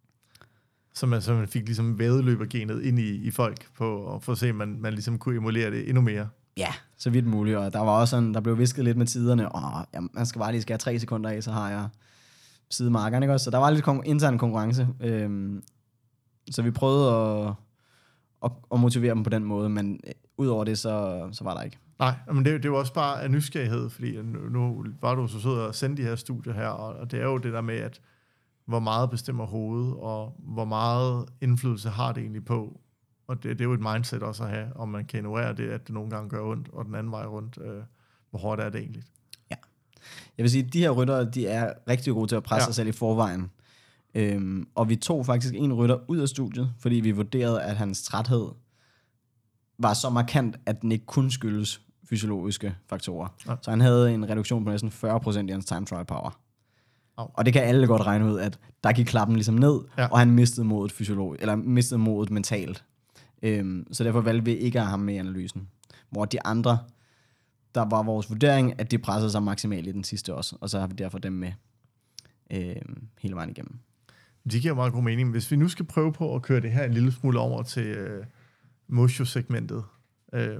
Så man, så man fik ligesom væddeløbergenet ind i, i folk, på at få at se, at man, man ligesom kunne emulere det endnu mere. Ja, så vidt muligt, og der var også sådan, der blev visket lidt med tiderne, og ja, man skal bare lige skære tre sekunder af, så har jeg sidemarkeren, ikke også? Så der var lidt kon- intern konkurrence, øhm, så vi prøvede at, at, at motivere dem på den måde, men øh, udover det, så, så var der ikke. Nej, men det, det var også bare af nysgerrighed, fordi nu, nu var du så sød at sende de her studier her, og det er jo det der med, at hvor meget bestemmer hovedet, og hvor meget indflydelse har det egentlig på. Og det, det er jo et mindset også at have, om man kan ignorere det, at det nogle gange gør ondt, og den anden vej rundt, øh, hvor hårdt er det egentlig. Ja. Jeg vil sige, at de her ryttere, de er rigtig gode til at presse ja. sig selv i forvejen. Øhm, og vi tog faktisk en rytter ud af studiet, fordi vi vurderede, at hans træthed var så markant, at den ikke kun skyldes fysiologiske faktorer. Ja. Så han havde en reduktion på næsten fyrre procent i hans time trial power. Oh. Og det kan alle godt regne ud, at der gik klappen ligesom ned, ja. og han mistede modet fysiologisk, eller mistede modet mentalt. Øhm, så derfor valgte vi ikke at have ham med i analysen. Hvor de andre, der var vores vurdering, at de pressede sig maksimalt i den sidste også, og så har vi derfor dem med øhm, hele vejen igennem. Det giver meget god mening. Hvis vi nu skal prøve på at køre det her en lille smule over til øh, motion-segmentet, øh,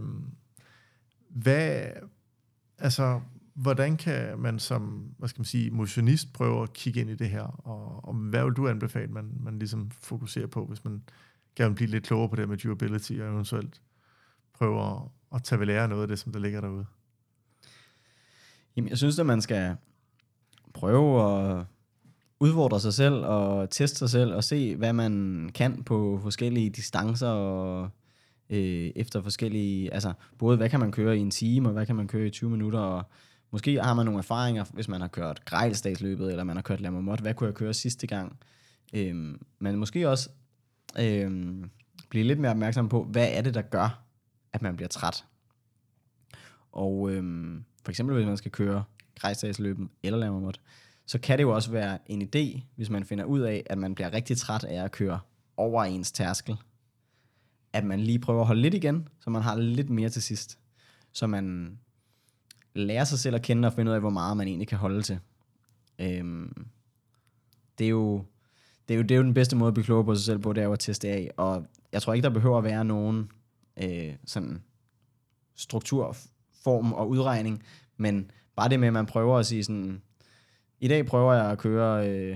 hvad, altså, hvordan kan man som, hvad skal man sige, motionist prøve at kigge ind i det her, og, og hvad vil du anbefale, man, man ligesom fokuserer på, hvis man gerne blive lidt klogere på det med durability, og eventuelt prøve at, at tage ved lære noget af det, som der ligger derude? Jamen, jeg synes, at man skal prøve at udfordre sig selv, og teste sig selv, og se, hvad man kan på forskellige distancer, og øh, efter forskellige, altså både hvad kan man køre i en time, og hvad kan man køre i tyve minutter, og måske har man nogle erfaringer, hvis man har kørt grejlsdagsløbet, eller man har kørt Lammermot, hvad kunne jeg køre sidste gang? Øh, men måske også Øhm, blive lidt mere opmærksom på, hvad er det, der gør, at man bliver træt. Og øhm, for eksempel, hvis man skal køre grejsdagsløben eller lammermod, så kan det jo også være en idé, hvis man finder ud af, at man bliver rigtig træt af at køre over ens tærskel, at man lige prøver at holde lidt igen, så man har lidt mere til sidst. Så man lærer sig selv at kende og finde ud af, hvor meget man egentlig kan holde til. Øhm, det, er jo, det, er jo, det er jo den bedste måde at blive klogere på sig selv på, det er jo at teste af. Og jeg tror ikke, der behøver at være nogen øh, sådan struktur, form og udregning, men bare det med, at man prøver at sige sådan, i dag prøver jeg at køre øh,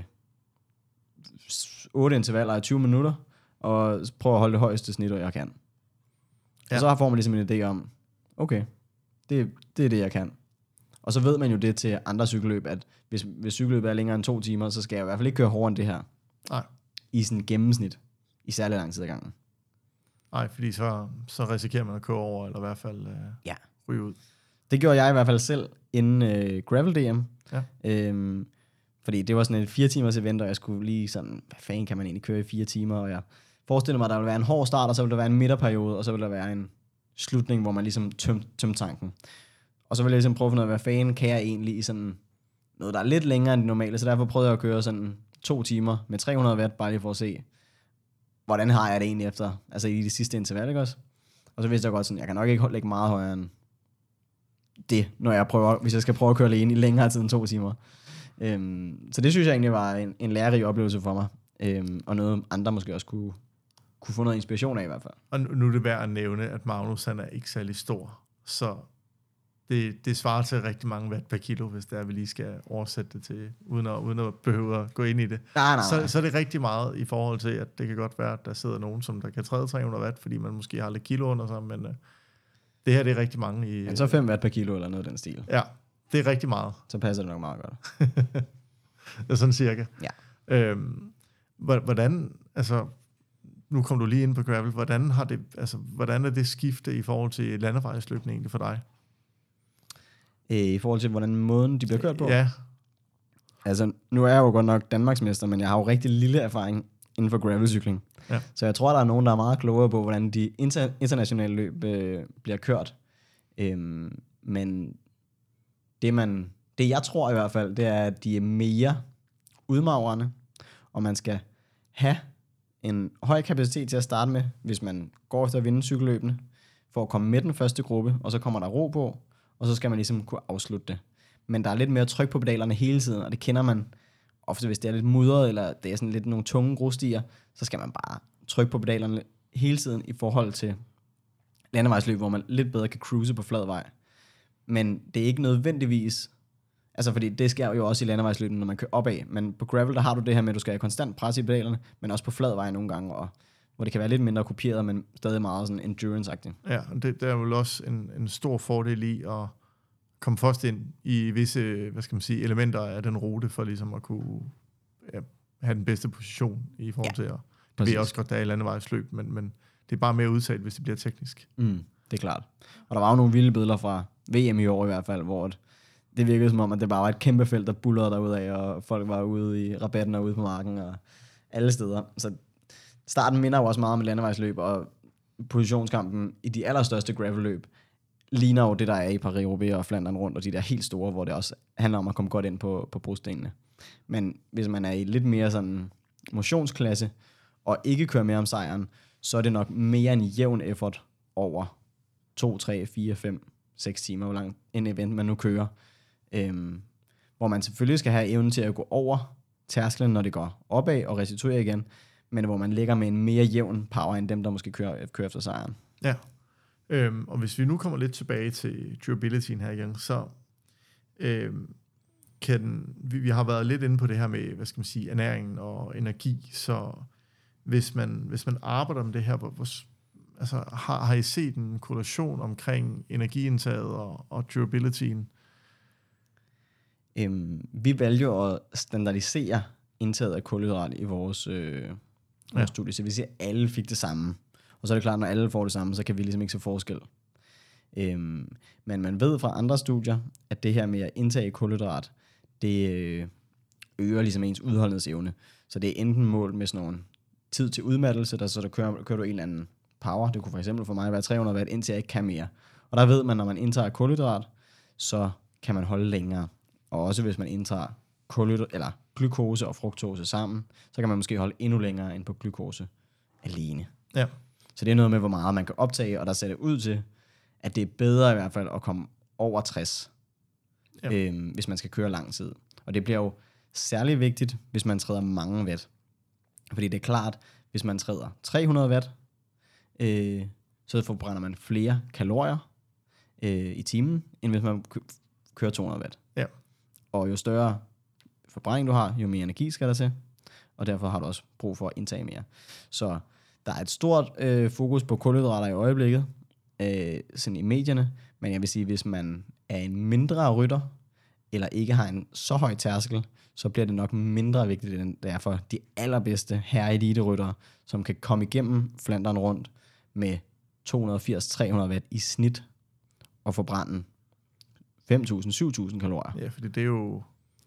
otte intervaller i tyve minutter, og prøver at holde det højeste snit, jeg kan. Ja. Og så får man ligesom en idé om, okay, det, det er det, jeg kan. Og så ved man jo det til andre cykelløb, at hvis, hvis cykelløbet er længere end to timer, så skal jeg i hvert fald ikke køre hårdere end det her. Nej. I sådan gennemsnit, i særlig lang tid ad gangen. Nej, fordi så, så risikerer man at køre over, eller i hvert fald øh, ja. ryge ud. Det gjorde jeg i hvert fald selv inden øh, Gravel D M. Ja. Øhm, fordi det var sådan et fire timers event, og jeg skulle lige sådan, hvad fanden kan man egentlig køre i fire timer? Og jeg forestillede mig, at der ville være en hård start, og så ville der være en midterperiode, og så ville der være en slutning, hvor man ligesom tømte tøm tanken. Og så ville jeg ligesom prøve at finde ud af, hvad fanden kan jeg egentlig i sådan noget, der er lidt længere end det normale. Så derfor prøvede jeg at køre sådan to timer med tre hundrede watt, bare lige for at se, hvordan har jeg det egentlig efter, altså i de sidste interval, ikke også? Og så vidste jeg godt sådan, jeg kan nok ikke lægge meget højere end det, når jeg prøver, hvis jeg skal prøve at køre alene i længere tid end to timer. Øhm, så det synes jeg egentlig var en, en lærerig oplevelse for mig, øhm, og noget andre måske også kunne, kunne få noget inspiration af i hvert fald. Og nu er det værd at nævne, at Magnus han er ikke særlig stor, så det, det svarer til rigtig mange watt per kilo, hvis det er, vi lige skal oversætte det til, uden at, uden at behøve at gå ind i det. Nej, nej, nej. Så, så er det rigtig meget i forhold til, at det kan godt være, at der sidder nogen, som der kan træde tre hundrede watt, fordi man måske har lidt kilo under sig, men uh, det her det er rigtig mange i... Men så fem watt per kilo eller noget af den stil. Ja, det er rigtig meget. Så passer det nok meget godt. Det er sådan cirka. Ja. Øhm, hvordan, altså, nu kom du lige ind på gravel, hvordan, har det, altså, hvordan er det skifte i forhold til landevejsløbning egentlig for dig? I forhold til, hvordan måden de bliver kørt på? Ja. Altså, nu er jeg jo godt nok Danmarksmester, men jeg har jo rigtig lille erfaring inden for gravelcykling. Ja. Så jeg tror, der er nogen, der er meget klogere på, hvordan de inter- internationale løb øh, bliver kørt. Øhm, men det, man, det jeg tror i hvert fald, det er, at de er mere udmagrende, og man skal have en høj kapacitet til at starte med, hvis man går efter at vinde cykelløbene, for at komme med den første gruppe, og så kommer der ro på, og så skal man ligesom kunne afslutte det. Men der er lidt mere tryk på pedalerne hele tiden, og det kender man ofte, hvis det er lidt mudret, eller det er sådan lidt nogle tunge grusstier, så skal man bare trykke på pedalerne hele tiden i forhold til landevejsløb, hvor man lidt bedre kan cruise på flad vej. Men det er ikke nødvendigvis, altså fordi det sker jo også i landevejsløbene, når man kører opad, men på gravel, der har du det her med, at du skal have konstant pres i pedalerne, men også på flad vej nogle gange, og hvor det kan være lidt mindre kopieret, men stadig meget sådan endurance-agtigt. Ja, det, det er jo også en, en stor fordel i at komme først ind i visse, hvad skal man sige, elementer af den rute, for ligesom at kunne ja, have den bedste position i forhold ja, til at... Det bliver også godt, der er i landevejsløb, men, men det er bare mere udsat, hvis det bliver teknisk. Mm, det er klart. Og der var jo nogle vilde billeder fra V M i år i hvert fald, hvor det virkede som om, at det bare var et kæmpe felt, der bullerede derudad, og folk var ude i rabatten og ude på marken og alle steder. Så starten minder jo også meget om et landevejsløb, og positionskampen i de allerstørste gravelløb ligner jo det, der er i Paris-Roubaix og Flandern rundt, og de der helt store, hvor det også handler om at komme godt ind på, på brostenene. Men hvis man er i lidt mere sådan motionsklasse, og ikke kører mere om sejren, så er det nok mere en jævn effort over to, tre, fire, fem, seks timer, hvor langt en event man nu kører. Øhm, hvor man selvfølgelig skal have evnen til at gå over tærsklen, når det går opad og restituere igen, men hvor man ligger med en mere jævn power, end dem, der måske kører, kører efter sejren. Ja, øhm, og hvis vi nu kommer lidt tilbage til durabilityen her igen, så øhm, kan den, vi, vi har været lidt inde på det her med, hvad skal man sige, ernæringen og energi, så hvis man, hvis man arbejder med det her, hvor, hvor, altså, har, har I set en korrelation omkring energiindtaget og, og durabilityen? Øhm, vi valgte jo at standardisere indtaget af kulhydrat i vores, øh, vores ja. studie, så vi siger, at alle fik det samme. Og så er det klart, når alle får det samme, så kan vi ligesom ikke se forskel. Øhm, men man ved fra andre studier, at det her med at indtage kulhydrat, det øh, øger ligesom ens udholdenhedsevne. Så det er enten målt med sådan nogle tid til udmattelse, der så der kører, kører du en eller anden power. Det kunne for eksempel for mig være tre hundrede watt, indtil jeg ikke kan mere. Og der ved man, når man indtager kulhydrat, så kan man holde længere. Og også hvis man indtager kulhydrat, eller glukose og fruktose sammen, så kan man måske holde endnu længere end på glukose alene. Ja. Så det er noget med, hvor meget man kan optage, og der ser det ud til, at det er bedre i hvert fald at komme over tres, ja. øhm, hvis man skal køre lang tid. Og det bliver jo særlig vigtigt, hvis man træder mange watt. Fordi det er klart, hvis man træder tre hundrede watt, øh, så forbrænder man flere kalorier øh, i timen, end hvis man kører to hundrede watt. Ja. Og jo større forbrænding du har, jo mere energi skal der til, og derfor har du også brug for at indtage mere. Så der er et stort øh, fokus på kulhydrater i øjeblikket, øh, sådan i medierne, men jeg vil sige, hvis man er en mindre rytter, eller ikke har en så høj tærskel, så bliver det nok mindre vigtigt, end det er for de allerbedste herre-elite-ryttere, som kan komme igennem Flandern rundt med to hundrede og firs til tre hundrede watt i snit, og forbrænde fem tusind til syv tusind kalorier. Ja, fordi det er jo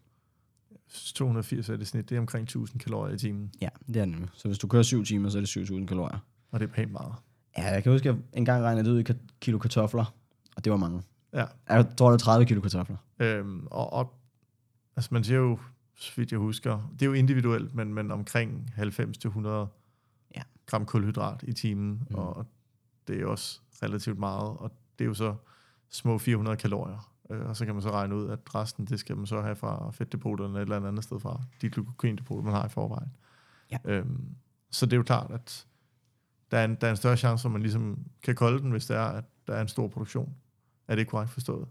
to hundrede og firs er det snit, det er omkring tusind kalorier i timen. Ja, det er det. Så hvis du kører syv timer, så er det syv tusind kalorier. Og det er pænt meget. Ja, jeg kan huske, at jeg engang regnede det ud i kilo kartofler, og det var mange. Ja. Jeg tror, det er tredive kilo kartofler. Øhm, og, og altså man siger jo, så vidt jeg husker, det er jo individuelt, men, men omkring halvfems til hundrede ja. gram kulhydrat i timen, mm. og det er jo også relativt meget, og det er jo så små fire hundrede kalorier. Og så kan man så regne ud, at resten, det skal man så have fra fedtdepoterne eller et andet sted fra, de glykogendepoter, man har i forvejen. Ja. Øhm, så det er jo klart, at der er, en, der er en større chance, at man ligesom kan kolde den, hvis det er, at der er en stor produktion. Er det korrekt forstået?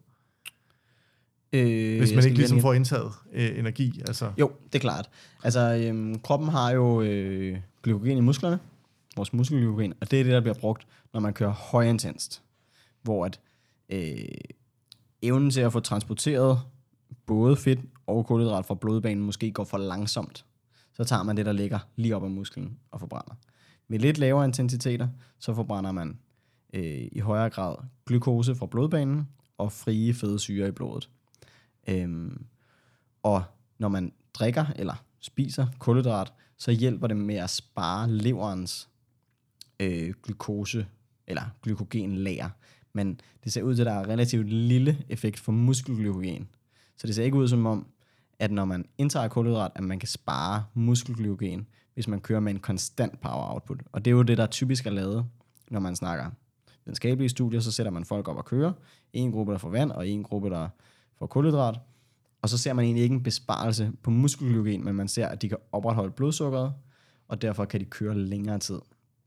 Øh, hvis man ikke ligesom får indtaget øh, energi. Altså. Jo, det er klart. Altså, øhm, kroppen har jo øh, glykogen i musklerne, vores muskelglykogen, og det er det, der bliver brugt, når man kører højintenst, hvor at øh, evnen til at få transporteret både fedt og kulhydrat fra blodbanen måske går for langsomt. Så tager man det, der ligger lige op ad musklen og forbrænder. Med lidt lavere intensiteter, så forbrænder man øh, i højere grad glukose fra blodbanen og frie fedtsyrer i blodet. Øhm, og når man drikker eller spiser kulhydrat, så hjælper det med at spare leverens øh, glukose eller glykogenlager. Men det ser ud til, at der er relativt lille effekt for muskelglykogen. Så det ser ikke ud som om, at når man indtager kulhydrat, at man kan spare muskelglykogen, hvis man kører med en konstant power output. Og det er jo det, der typisk er lavet, når man snakker videnskabelige studier, så sætter man folk op og kører. En gruppe, der får vand, og en gruppe, der får kulhydrat. Og så ser man egentlig ikke en besparelse på muskelglykogen, men man ser, at de kan opretholde blodsukkeret, og derfor kan de køre længere tid.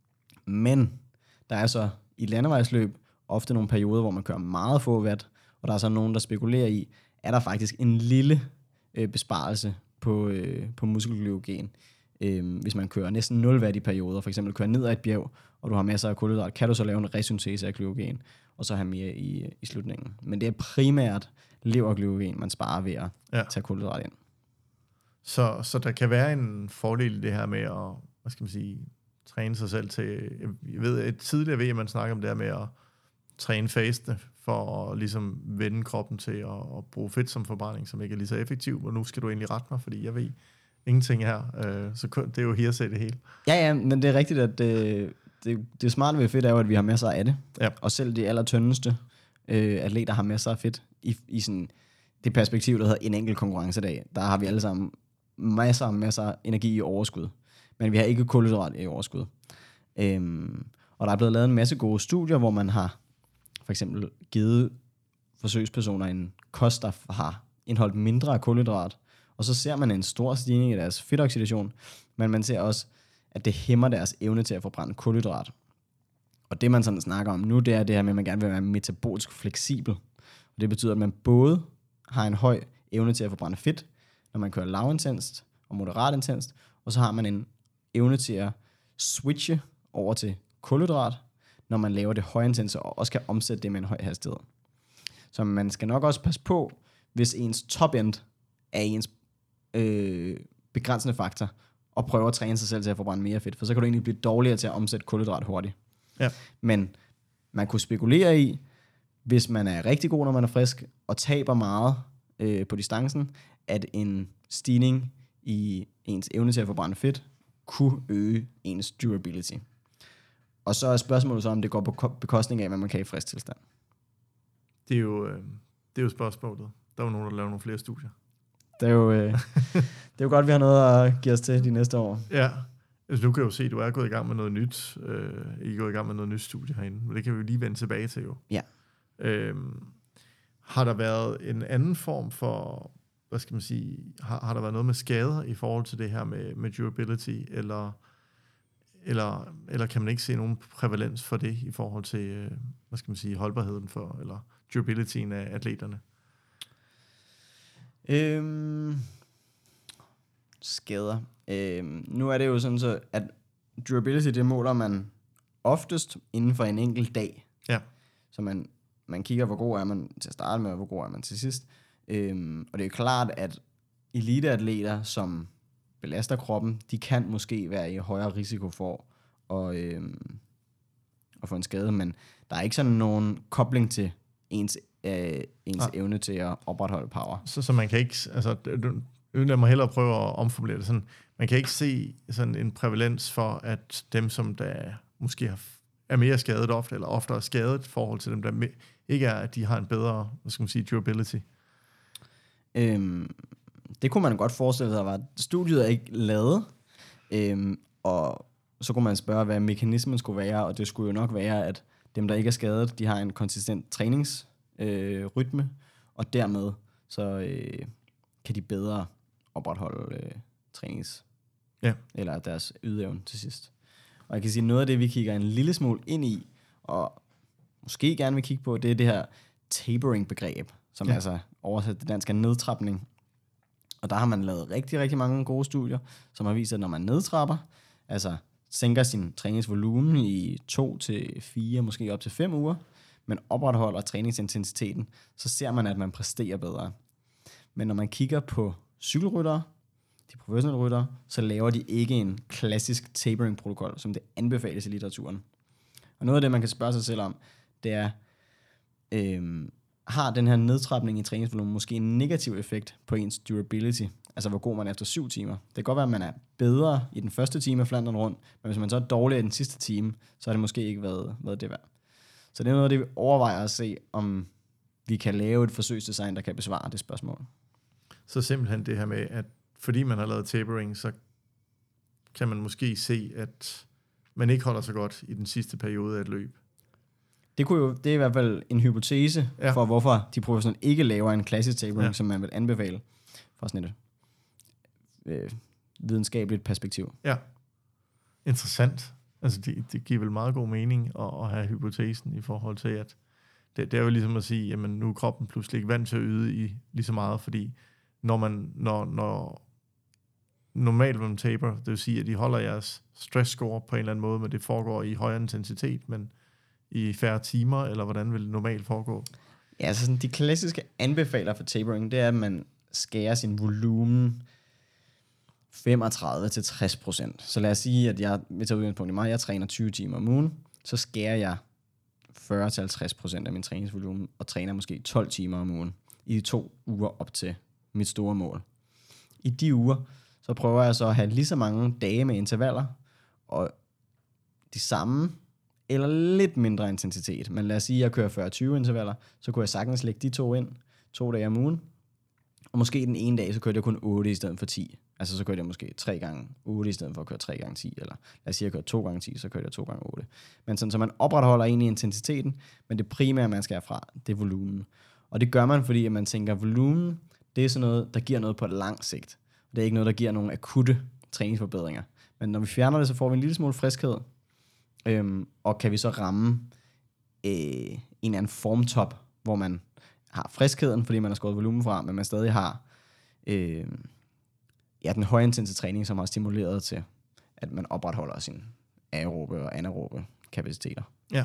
Men der er så i landevejsløb ofte nogle perioder, hvor man kører meget få watt, og der er så nogen, der spekulerer i, er der faktisk en lille øh, besparelse på, øh, på muskelglykogen. Øh, hvis man kører næsten nul watt i perioder, for eksempel kører ned ad et bjerg, og du har masser af kulhydrat, kan du så lave en resyntese af glykogen, og så have mere i, i slutningen. Men det er primært leverglykogen, man sparer ved at ja. tage kulhydrat ind. Så, så der kan være en fordel i det her med at, hvad skal man sige, træne sig selv til, jeg ved, et tidligere ved, at man snakker om det her med at træne faste, for at ligesom vende kroppen til at, at bruge fedt som forbrænding, som ikke er lige så effektiv, og nu skal du egentlig rette mig, fordi jeg ved ingenting her, øh, så det er jo hearsay det hele. Ja, ja, men det er rigtigt, at det, det, det smarte ved fedt er jo, at vi har masser af det, ja. Og selv de allertyndeste øh, atleter har masser af fedt i, i sådan det perspektiv, der hedder en enkelt konkurrencedag. Der har vi alle sammen masser og masser af energi i overskud, men vi har ikke kulhydrat i overskud. Øhm, og der er blevet lavet en masse gode studier, hvor man har for eksempel givet forsøgspersoner en kost, der har indholdt mindre af kulhydrat, og så ser man en stor stigning i deres fedtoxidation, men man ser også, at det hæmmer deres evne til at forbrænde kulhydrat. Og det man sådan snakker om nu, det er det her med, at man gerne vil være metabolisk fleksibel. Og det betyder, at man både har en høj evne til at forbrænde fedt, når man kører lavintenst og moderat intenst, og så har man en evne til at switche over til kulhydrat, når man laver det højintense, og også kan omsætte det med en høj hastighed. Så man skal nok også passe på, hvis ens top-end er ens øh, begrænsende faktor, og prøve at træne sig selv til at forbrænde mere fedt, for så kan du egentlig blive dårligere til at omsætte kulhydrat hurtigt. Ja. Men man kunne spekulere i, hvis man er rigtig god, når man er frisk, og taber meget øh, på distancen, at en stigning i ens evne til at forbrænde fedt kunne øge ens durability. Og så er spørgsmålet så, om det går på bekostning af, hvad man kan i frisk tilstand. Det er jo, øh, det er jo spørgsmålet. Der er jo nogen, der laver nogle flere studier. Det er jo, øh, det er jo godt, vi har noget at give os til de næste år. Ja, altså nu kan jeg jo se, at du er gået i gang med noget nyt. Øh, I er gået i gang med noget nyt studie herinde, men det kan vi jo lige vende tilbage til jo. Ja. Øhm, har der været en anden form for, hvad skal man sige, har, har der været noget med skader i forhold til det her med, med durability, eller, eller, eller kan man ikke se nogen prævalens for det i forhold til, øh, hvad skal man sige, holdbarheden for, eller durabilityen af atleterne? Øhm, skader. Øhm, nu er det jo sådan så, at durability, det måler man oftest inden for en enkelt dag. Ja. Så man, man kigger, hvor god er man til at starte med, og hvor god er man til sidst. Øhm, og det er klart, at eliteatleter, som belaster kroppen, de kan måske være i højere risiko for at, øhm, at få en skade, men der er ikke sådan nogen kobling til ens øh, ens ja. evne til at opretholde power. Så, så man kan ikke, altså, lad mig hellere prøve at omformulere det sådan, man kan ikke se sådan en prævalens for, at dem, som der måske har, er mere skadet ofte, eller ofte er skadet i forhold til dem, der ikke er, at de har en bedre, hvad skal man sige, durability. Øhm, det kunne man godt forestille sig, at studiet er ikke lavet, øhm, og så kunne man spørge, hvad mekanismen skulle være, og det skulle jo nok være, at dem, der ikke er skadet, de har en konsistent trænings Øh, rytme, og dermed så øh, kan de bedre opretholde øh, trænings ja. eller deres ydeevne til sidst. Og jeg kan sige, noget af det, vi kigger en lille smule ind i, og måske gerne vil kigge på, det er det her tapering-begreb, som ja. altså oversat til dansk er nedtrapning. Og der har man lavet rigtig, rigtig mange gode studier, som har vist, at når man nedtrapper, altså sænker sin træningsvolumen i to til fire, måske op til fem uger, men opretholder træningsintensiteten, så ser man, at man præsterer bedre. Men når man kigger på cykelryttere, de professionelle ryttere, så laver de ikke en klassisk tapering-protokol, som det anbefales i litteraturen. Og noget af det, man kan spørge sig selv om, det er, øhm, har den her nedtrapning i træningsvolumen måske en negativ effekt på ens durability? Altså, hvor god man er efter syv timer. Det kan godt være, at man er bedre i den første time af Flandern rundt, men hvis man så er dårligere i den sidste time, så har det måske ikke været, været det værd. Så det er noget af det, vi overvejer at se, om vi kan lave et forsøgsdesign, der kan besvare det spørgsmål. Så simpelthen det her med, at fordi man har lavet tapering, så kan man måske se, at man ikke holder så godt i den sidste periode af et løb. Det, kunne jo, det er i hvert fald en hypotese ja. for, hvorfor de professionelle ikke laver en klassisk tapering, ja. som man vil anbefale fra sådan et øh, videnskabeligt perspektiv. Ja, interessant. Altså, det, det giver vel meget god mening at, at have hypotesen i forhold til, at det, det er jo ligesom at sige, jamen nu er kroppen pludselig ikke vant til at yde i lige så meget, fordi når man, når, når normalt med taper, det vil sige, at de holder jeres stress score på en eller anden måde, men det foregår i højere intensitet, men i færre timer, eller hvordan vil det normalt foregå? Ja, altså sådan, de klassiske anbefaler for tapering, det er, at man skærer sin volumen femogtredive til tres procent. Så lad os sige, at jeg vil tage udgangspunkt i mig, jeg træner tyve timer om ugen, så skærer jeg fyrre til halvtreds procent af min træningsvolumen, og træner måske tolv timer om ugen, i de to uger op til mit store mål. I de uger, så prøver jeg så at have lige så mange dage med intervaller, og de samme, eller lidt mindre intensitet. Men lad os sige, at jeg kører fyrre til tyve intervaller, så kunne jeg sagtens lægge de to ind, to dage om ugen, og måske den ene dag, så kørte jeg kun otte i stedet for ti. Altså så kørte jeg måske tre gange otte i stedet for at køre tre gange ti, eller lad os sige, at jeg kørte to gange ti, så kørte jeg to gange otte. Men sådan, så man opretholder egentlig intensiteten, men det primære, man skal herfra, det er volumen. Og det gør man, fordi at man tænker, at volumen, det er sådan noget, der giver noget på lang sigt. Det er ikke noget, der giver nogle akutte træningsforbedringer. Men når vi fjerner det, så får vi en lille smule friskhed, øhm, og kan vi så ramme øh, en eller anden formtop, hvor man har friskheden, fordi man har skåret volumen fra, men man stadig har øh, ja, den højintense træning, som har stimuleret til, at man opretholder sin aerobe og anaerobe kapaciteter. Ja.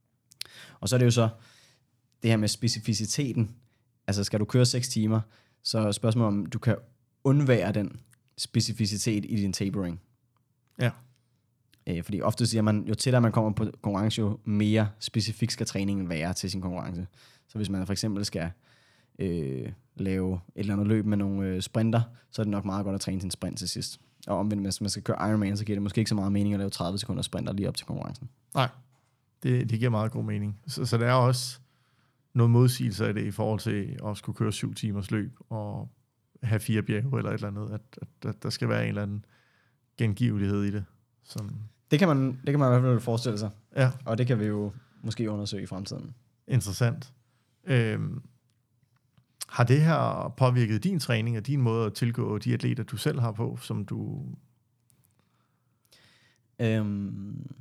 Og så er det jo så det her med specificiteten. Altså skal du køre seks timer, så er spørgsmålet om du kan undvære den specificitet i din tapering. Ja. Øh, fordi ofte siger man, jo tættere man kommer på konkurrence, jo mere specifik skal træningen være til sin konkurrence. Så hvis man for eksempel skal øh, lave et eller andet løb med nogle øh, sprinter, så er det nok meget godt at træne til en sprint til sidst. Og omvendt, hvis man skal køre Ironman, så giver det måske ikke så meget mening at lave tredive sekunder sprinter lige op til konkurrencen. Nej, det, det giver meget god mening. Så, så der er også noget modsigelse af det i forhold til at skulle køre syv timers løb og have fire bjerge eller et eller andet, at, at, at der skal være en eller anden gengivelighed i det. Som det, kan man, det kan man i hvert fald forestille sig, ja. Og det kan vi jo måske undersøge i fremtiden. Interessant. Øhm, har det her påvirket din træning og din måde at tilgå de atleter, du selv har på, som du... Øhm,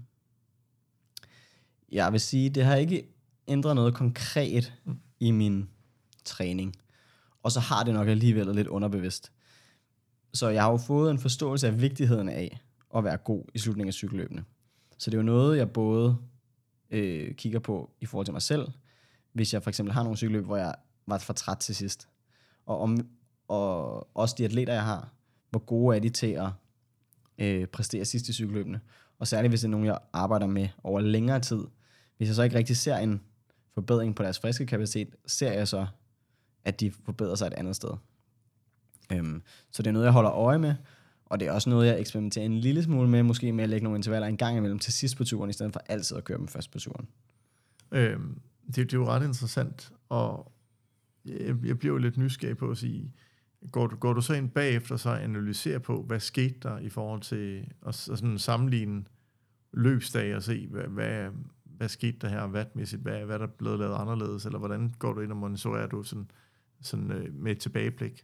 jeg vil sige, det har ikke ændret noget konkret mm. i min træning. Og så har det nok alligevel været lidt underbevidst. Så jeg har jo fået en forståelse af vigtigheden af at være god i slutningen af cykelløbene. Så det er jo noget, jeg både øh, kigger på i forhold til mig selv, hvis jeg for eksempel har nogle cykelløb, hvor jeg var for træt til sidst. Og, om, og også de atleter, jeg har, hvor gode er de til at øh, præstere sidst i cykelløbene. Og særligt, hvis det er nogen, jeg arbejder med over længere tid. Hvis jeg så ikke rigtig ser en forbedring på deres friske kapacitet, ser jeg så, at de forbedrer sig et andet sted. Øhm, så det er noget, jeg holder øje med, og det er også noget, jeg eksperimenterer en lille smule med, måske med at lægge nogle intervaller en gang imellem til sidst på turen, i stedet for altid at køre dem først på turen. Øhm, det, det er jo ret interessant, og jeg, jeg bliver jo lidt nysgerrig på at sige, går du, går du så ind bagefter så analyserer på, hvad skete der i forhold til at, at sådan sammenligne løbsdage og se, hvad, hvad, hvad skete der her wattmæssigt, hvad, hvad der er blevet lavet anderledes, eller hvordan går du ind og monitorerer du sådan, sådan øh, med et tilbageblik?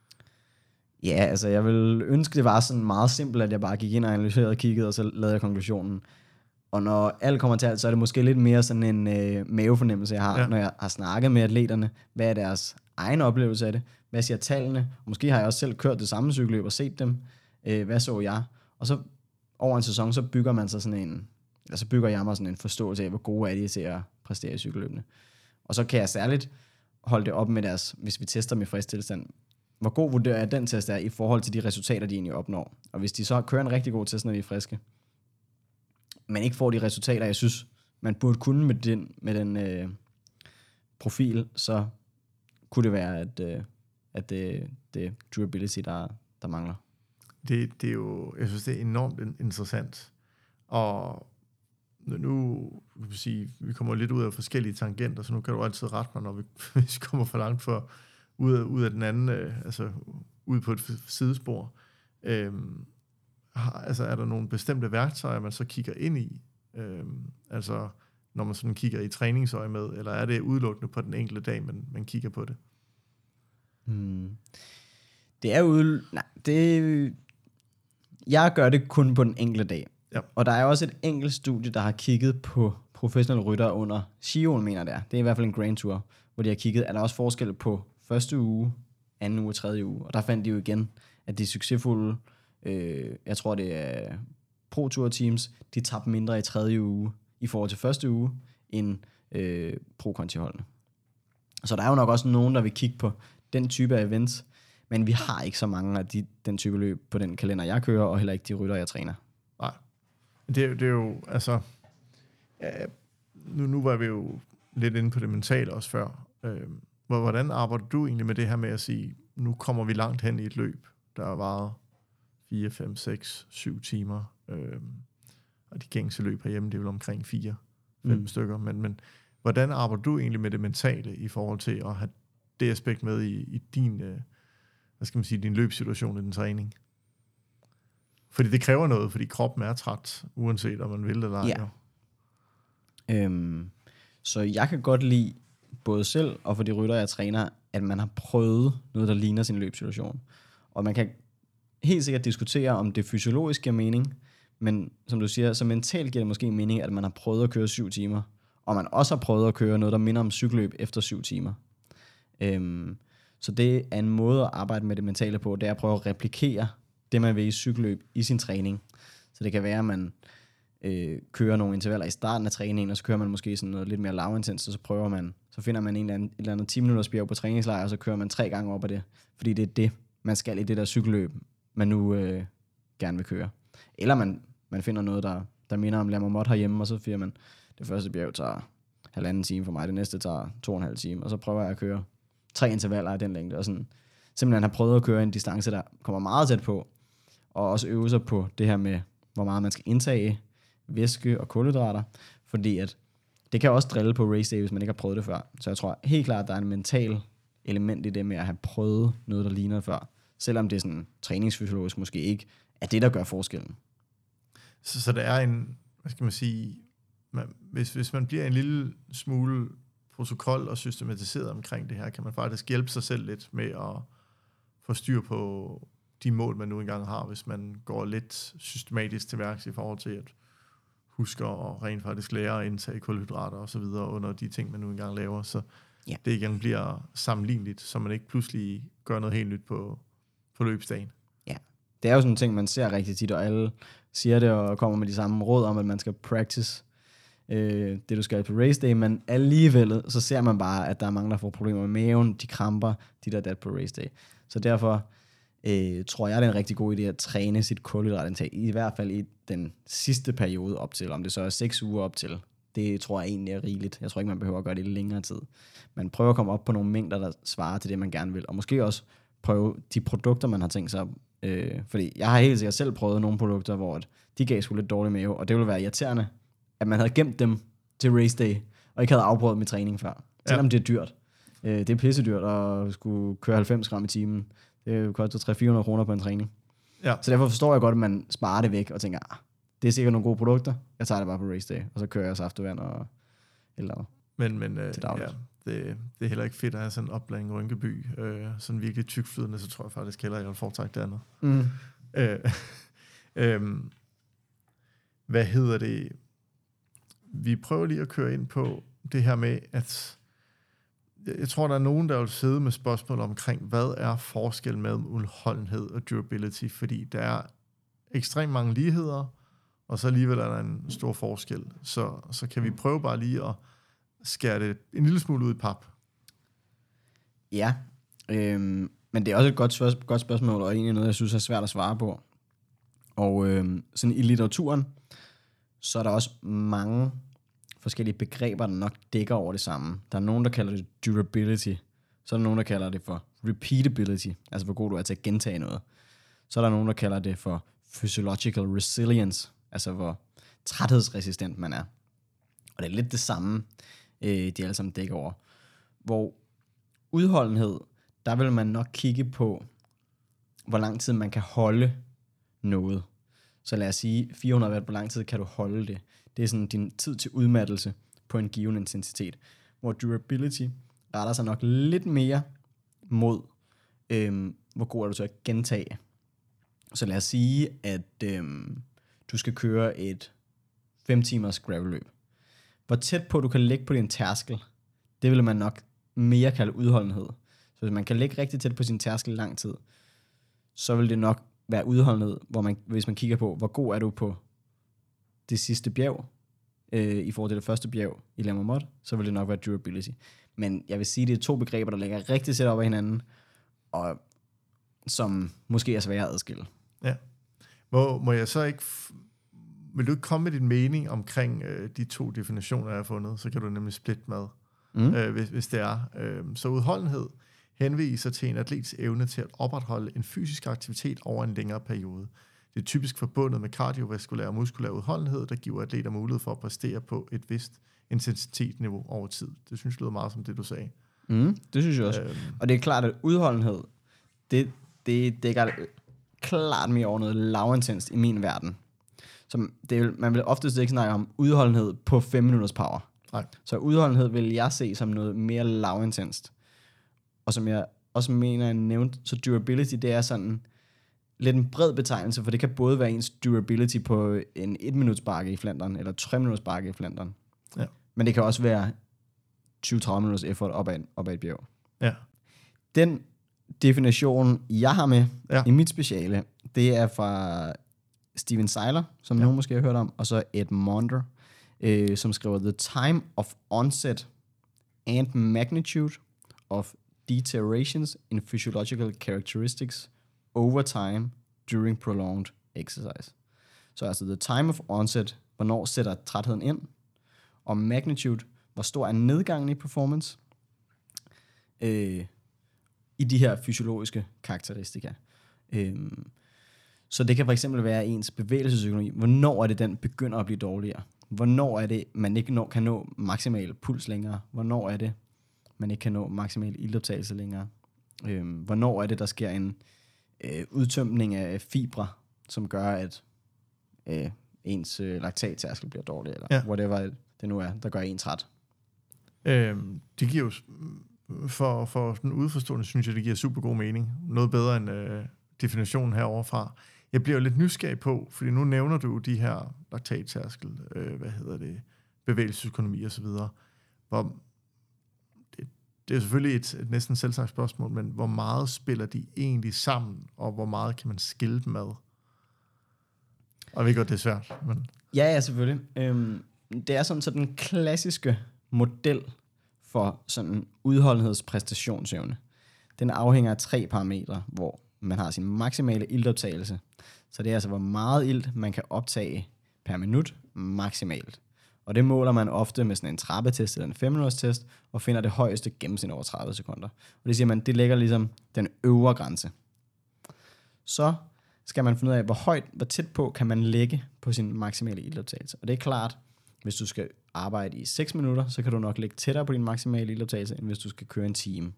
Ja, altså jeg vil ønske, det var sådan meget simpelt, at jeg bare gik ind og analyserede og kiggede, og så lavede jeg konklusionen. Og når alt kommer til alt, så er det måske lidt mere sådan en øh, mavefornemmelse, jeg har, ja. Når jeg har snakket med atleterne. Hvad er deres egen oplevelse af det? Hvad siger tallene? Og måske har jeg også selv kørt det samme cykelløb og set dem. Øh, hvad så jeg? Og så over en sæson, så bygger man sig sådan en, eller så bygger jeg mig sådan en forståelse af, hvor gode er de til at præstere i cykelløbene. Og så kan jeg særligt holde det op med deres, hvis vi tester med frisk tilstand, hvor god vurderer jeg den test er i forhold til de resultater, de egentlig opnår. Og hvis de så kører en rigtig god test, når de er friske, men ikke får de resultater, jeg synes, man burde kunne med den, med den øh, profil, så kunne det være, at, øh, at det, det durability, der, der mangler. Det, det er jo, jeg synes, det er enormt interessant. Og nu, vil jeg sige, vi kommer lidt ud af forskellige tangenter, så nu kan du altid rette mig, når vi, hvis vi kommer for langt for ud af, ud af den anden, øh, altså ud på et sidespor. Øhm, har, altså er der nogle bestemte værktøjer, man så kigger ind i? Øhm, altså når man sådan kigger i træningsøje med, eller er det udelukkende på den enkelte dag, man, man kigger på det? Hmm. Det er ude... Nej, det... Jeg gør det kun på den enkelte dag. Ja. Og der er også et enkelt studie, der har kigget på professionelle ryttere under Sion, mener det er. Det er i hvert fald en Grand Tour, hvor de har kigget, er der også forskel på første uge, anden uge og tredje uge. Og der fandt de jo igen, at de succesfulde, øh, jeg tror det er Pro Tour teams, de tabte mindre i tredje uge i forhold til første uge, end øh, Pro Conti-holdene. Så der er jo nok også nogen, der vil kigge på den type af events, men vi har ikke så mange af de, den type løb på den kalender, jeg kører, og heller ikke de rytter, jeg træner. Nej. Det, det er jo, altså, ja, nu, nu var vi jo lidt inde på det mentale også før. Øh, hvordan arbejder du egentlig med det her med at sige, nu kommer vi langt hen i et løb, der har varet fire, fem, seks, syv timer, øh, og de gængse løb herhjemme, det er vel omkring fire, fem mm. stykker, men, men hvordan arbejder du egentlig med det mentale i forhold til at have det aspekt med i, i din, øh, hvad skal man sige, din løbssituation i din træning? Fordi det kræver noget, fordi kroppen er træt, uanset om man vil eller ej. Ja. Øhm, så jeg kan godt lide, både selv og for de rytter, jeg træner, at man har prøvet noget, der ligner sin løbssituation. Og man kan helt sikkert diskutere, om det fysiologisk giver mening, men som du siger, så mentalt giver det måske mening, at man har prøvet at køre syv timer, og man også har prøvet at køre noget, der minder om cykelløb efter syv timer. Øhm, så det er en måde at arbejde med det mentale på, det er at prøve at replikere det, man vil i cykelløb i sin træning. Så det kan være, at man øh, kører nogle intervaller i starten af træningen, og så kører man måske sådan noget lidt mere lavintens, og så prøver man, så finder man en eller anden, et eller andet ti minutters bjerg på træningslejr, og så kører man tre gange op af det, fordi det er det, man skal i det der cykelløb, man nu øh, gerne vil køre. Eller man, man finder noget, der, der minder om Lammermod herhjemme, og så finder man, det første bjerg tager halvanden time for mig, det næste tager to og en halv time, og så prøver jeg at køre tre intervaller af den længde, og sådan simpelthen har prøvet at køre en distance, der kommer meget tæt på, og også øve sig på det her med, hvor meget man skal indtage væske og kulhydrater, fordi at det kan også drille på race day, hvis man ikke har prøvet det før. Så jeg tror helt klart, at der er en mental element i det med at have prøvet noget, der ligner før, selvom det er sådan træningsfysiologisk måske ikke er det, der gør forskellen. Så, så der er en, hvad skal man sige, man, hvis, hvis man bliver en lille smule protokol og systematiseret omkring det her, kan man faktisk hjælpe sig selv lidt med at få styr på de mål, man nu engang har, hvis man går lidt systematisk til værks i forhold til at huske at rent faktisk lære at indtage kulhydrater og så videre under de ting, man nu engang laver, så ja. Det igen bliver sammenligneligt, så man ikke pludselig gør noget helt nyt på, på løbsdagen. Ja, det er jo sådan en ting, man ser rigtig tit, og alle siger det og kommer med de samme råd om, at man skal practice øh, det, du skal på race day, men alligevel så ser man bare, at der er mange, der får problemer med maven, de kramper, de der dat på race day. Så derfor øh, tror jeg, det er en rigtig god idé at træne sit kulhydratindtag, i hvert fald i den sidste periode op til, om det så er seks uger op til. Det tror jeg egentlig er rigeligt. Jeg tror ikke, man behøver at gøre det i længere tid. Man prøver at komme op på nogle mængder, der svarer til det, man gerne vil, og måske også prøve de produkter, man har tænkt sig. Øh, fordi jeg har helt sikkert selv prøvet nogle produkter, hvor de gav sgu lidt dårlig mave, og det ville være irriterende, at man havde gemt dem til race day, og ikke havde afprøvet med træning før. Selvom ja. Det er dyrt. Øh, det er pissedyrt at skulle køre halvfems gram i timen. Det koster tre til fire hundrede kroner på en træning. Ja. Så derfor forstår jeg godt, at man sparer det væk og tænker, ah, det er sikkert nogle gode produkter. Jeg tager det bare på race day, og så kører jeg saftevand og eller andet. Men, men øh, ja, det, det er heller ikke fedt at have sådan en opblanding Rynkeby. Øh, sådan virkelig tykflydende, så tror jeg faktisk heller, jeg vil foretrække det andet. Mm. Øh, øh, hvad hedder det? Vi prøver lige at køre ind på det her med, at jeg tror, der er nogen, der vil sidde med spørgsmål omkring, hvad er forskellen mellem udholdenhed og durability, fordi der er ekstremt mange ligheder, og så alligevel er der en stor forskel. Så, så kan vi prøve bare lige at skære det en lille smule ud i pap. Ja, øhm, men det er også et godt, spørg- godt spørgsmål, og egentlig noget, jeg synes er svært at svare på. Og øhm, sådan i litteraturen, så er der også mange forskellige begreber, der nok dækker over det samme. Der er nogen, der kalder det durability. Så er der nogen, der kalder det for repeatability, altså hvor god du er til at gentage noget. Så er der nogen, der kalder det for physiological resilience, altså hvor træthedsresistent man er. Og det er lidt det samme, øh, de alle sammen dækker over. Hvor udholdenhed, der vil man nok kigge på, hvor lang tid man kan holde noget. Så lad os sige, fire hundrede watt, hvor lang tid kan du holde det. Det er sådan din tid til udmattelse på en given intensitet. Hvor durability retter sig nok lidt mere mod, øhm, hvor god er du til at gentage. Så lad os sige, at øhm, du skal køre et fem timers gravelløb. Hvor tæt på du kan ligge på din tærskel, det vil man nok mere kalde udholdenhed. Så hvis man kan ligge rigtig tæt på sin tærskel i lang tid, så vil det nok være udholdenhed, hvor man, hvis man kigger på, hvor god er du på det sidste bjerg, øh, i forhold til det første bjerg i La Marmotte, så vil det nok være durability. Men jeg vil sige, det er to begreber, der ligger rigtig tæt op ad hinanden, og som måske er svære at adskille. Ja. Må, må jeg så ikke... F- vil du ikke komme med din mening omkring øh, de to definitioner, jeg har fundet? Så kan du nemlig splitte med, mm. øh, hvis, hvis det er. Øh, så udholdenhed henviser til en atlets evne til at opretholde en fysisk aktivitet over en længere periode. Det er typisk forbundet med kardiovaskulær og muskulær udholdenhed, der giver atleter mulighed for at præstere på et vist intensitetsniveau over tid. Det synes jeg lyder meget som det, du sagde. Mm, det synes jeg også. Øhm. Og det er klart, at udholdenhed, det, det dækker klart mere over noget lavintenst i min verden. Så det vil, man vil oftest ikke snakke om udholdenhed på fem minutters power. Nej. Så udholdenhed vil jeg se som noget mere lavintenst. Og som jeg også mener, jeg nævnte, så durability, det er sådan lidt en bred betegnelse, for det kan både være ens durability på en et minuts bakke i Flandern, eller tre minutters bakke i Flandern. Ja. Men det kan også være tyve til tredive minutters effort op ad, op ad et bjerg. Ja. Den definition, jeg har med ja. i mit speciale, det er fra Steven Seiler, som ja. nogen måske har hørt om, og så Ed Monder, øh, som skriver The time of onset and magnitude of deteriorations in physiological characteristics over time during prolonged exercise. Så altså the time of onset, hvornår sætter trætheden ind, og magnitude, hvor stor er nedgangen i performance øh, i de her fysiologiske karakteristika. Øh, Så det kan for eksempel være ens bevægelsesøkonomi. Hvornår er det, den begynder at blive dårligere? Hvornår er det, man ikke nå, kan nå maksimal puls længere? Hvornår er det, man ikke kan nå maksimal iltoptagelse længere? Øhm, hvornår er det, der sker en øh, udtømning af fibre, som gør, at øh, ens øh, laktattærskel bliver dårlig, eller ja. whatever det nu er, der gør en træt. Øhm, det giver jo, for, for den udforstående, synes jeg, det giver super god mening. Noget bedre end øh, definitionen herovre fra. Jeg bliver jo lidt nysgerrig på, fordi nu nævner du de her laktattærskel, øh, hvad hedder det, bevægelsesøkonomi og så videre. Hvor, det, det er selvfølgelig et, et næsten selvsagt spørgsmål, men hvor meget spiller de egentlig sammen, og hvor meget kan man skille dem ad? Og vi godt, det er svært. Men... Ja, ja, selvfølgelig. Øhm, det er sådan, så den klassiske model for sådan udholdenhedspræstationsevne, den afhænger af tre parametre, hvor man har sin maksimale iltoptagelse. Så det er altså, hvor meget ilt man kan optage per minut maksimalt. Og det måler man ofte med sådan en trappetest eller en fem minutters test, og finder det højeste gennemsnit over tredive sekunder. Og det siger man, det ligger ligesom den øvre grænse. Så skal man finde ud af, hvor højt, hvor tæt på kan man lægge på sin maksimale iltoptagelse. Og det er klart, hvis du skal arbejde i seks minutter, så kan du nok lægge tættere på din maksimale iltoptagelse, end hvis du skal køre en time.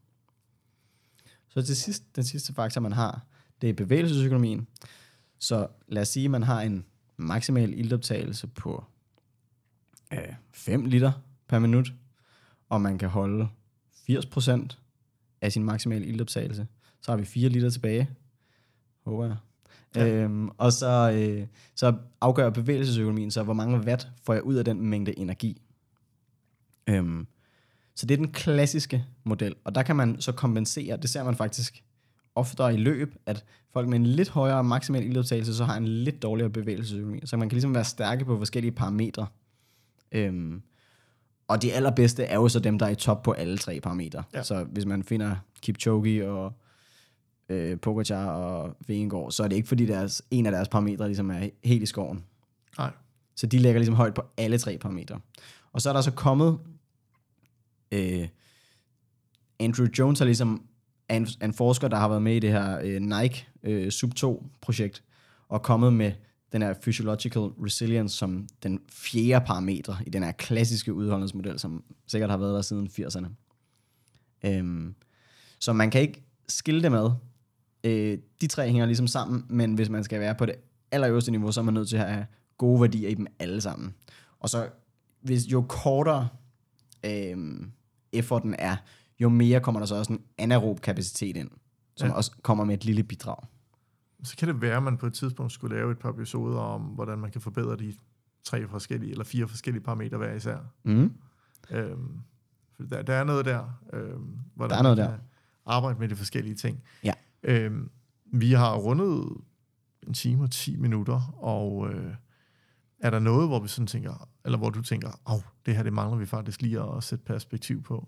Så til sidst, den sidste faktor, man har, det er bevægelsesøkonomien. Så lad os sige, at man har en maksimal iltoptagelse på øh, fem liter per minut, og man kan holde firs procent af sin maksimale iltoptagelse. Så har vi fire liter tilbage, håber jeg. Ja. Øhm, og så, øh, så afgør bevægelsesøkonomien så, hvor mange watt får jeg ud af den mængde energi. Øhm, så det er den klassiske model, og der kan man så kompensere, det ser man faktisk oftere i løb, at folk med en lidt højere maksimal iltoptagelse, så har en lidt dårligere bevægelsesøkonomi. Så man kan ligesom være stærke på forskellige parametre. Øhm, og de allerbedste er jo så dem, der er i top på alle tre parametre. Ja. Så hvis man finder Kipchoge og øh, Pogacar og Vingegaard, så er det ikke fordi deres, en af deres parametre ligesom er helt i skoven. Nej. Så de ligger ligesom højt på alle tre parametre. Og så er der så kommet øh, Andrew Jones er ligesom en, en forsker, der har været med i det her øh, Nike øh, sub to projekt, og kommet med den her physiological resilience som den fjerde parametre i den her klassiske udholdenhedsmodel, som sikkert har været der siden firserne. Øhm, så man kan ikke skille dem ad. Øh, de tre hænger ligesom sammen, men hvis man skal være på det allerøverste niveau, så er man nødt til at have gode værdier i dem alle sammen. Og så hvis jo kortere øh, efforten er, jo mere kommer der så også en anaerob kapacitet ind, som ja. også kommer med et lille bidrag. Så kan det være, at man på et tidspunkt skulle lave et par episoder om, hvordan man kan forbedre de tre forskellige, eller fire forskellige parametre hver især. Mm. Øhm, der, der er noget der, øhm, hvordan der er noget man kan der. arbejde med de forskellige ting. Ja. Øhm, vi har rundet en time og ti minutter, og øh, er der noget, hvor vi sådan tænker, eller hvor du tænker, åh, det her, det mangler vi faktisk lige at sætte perspektiv på?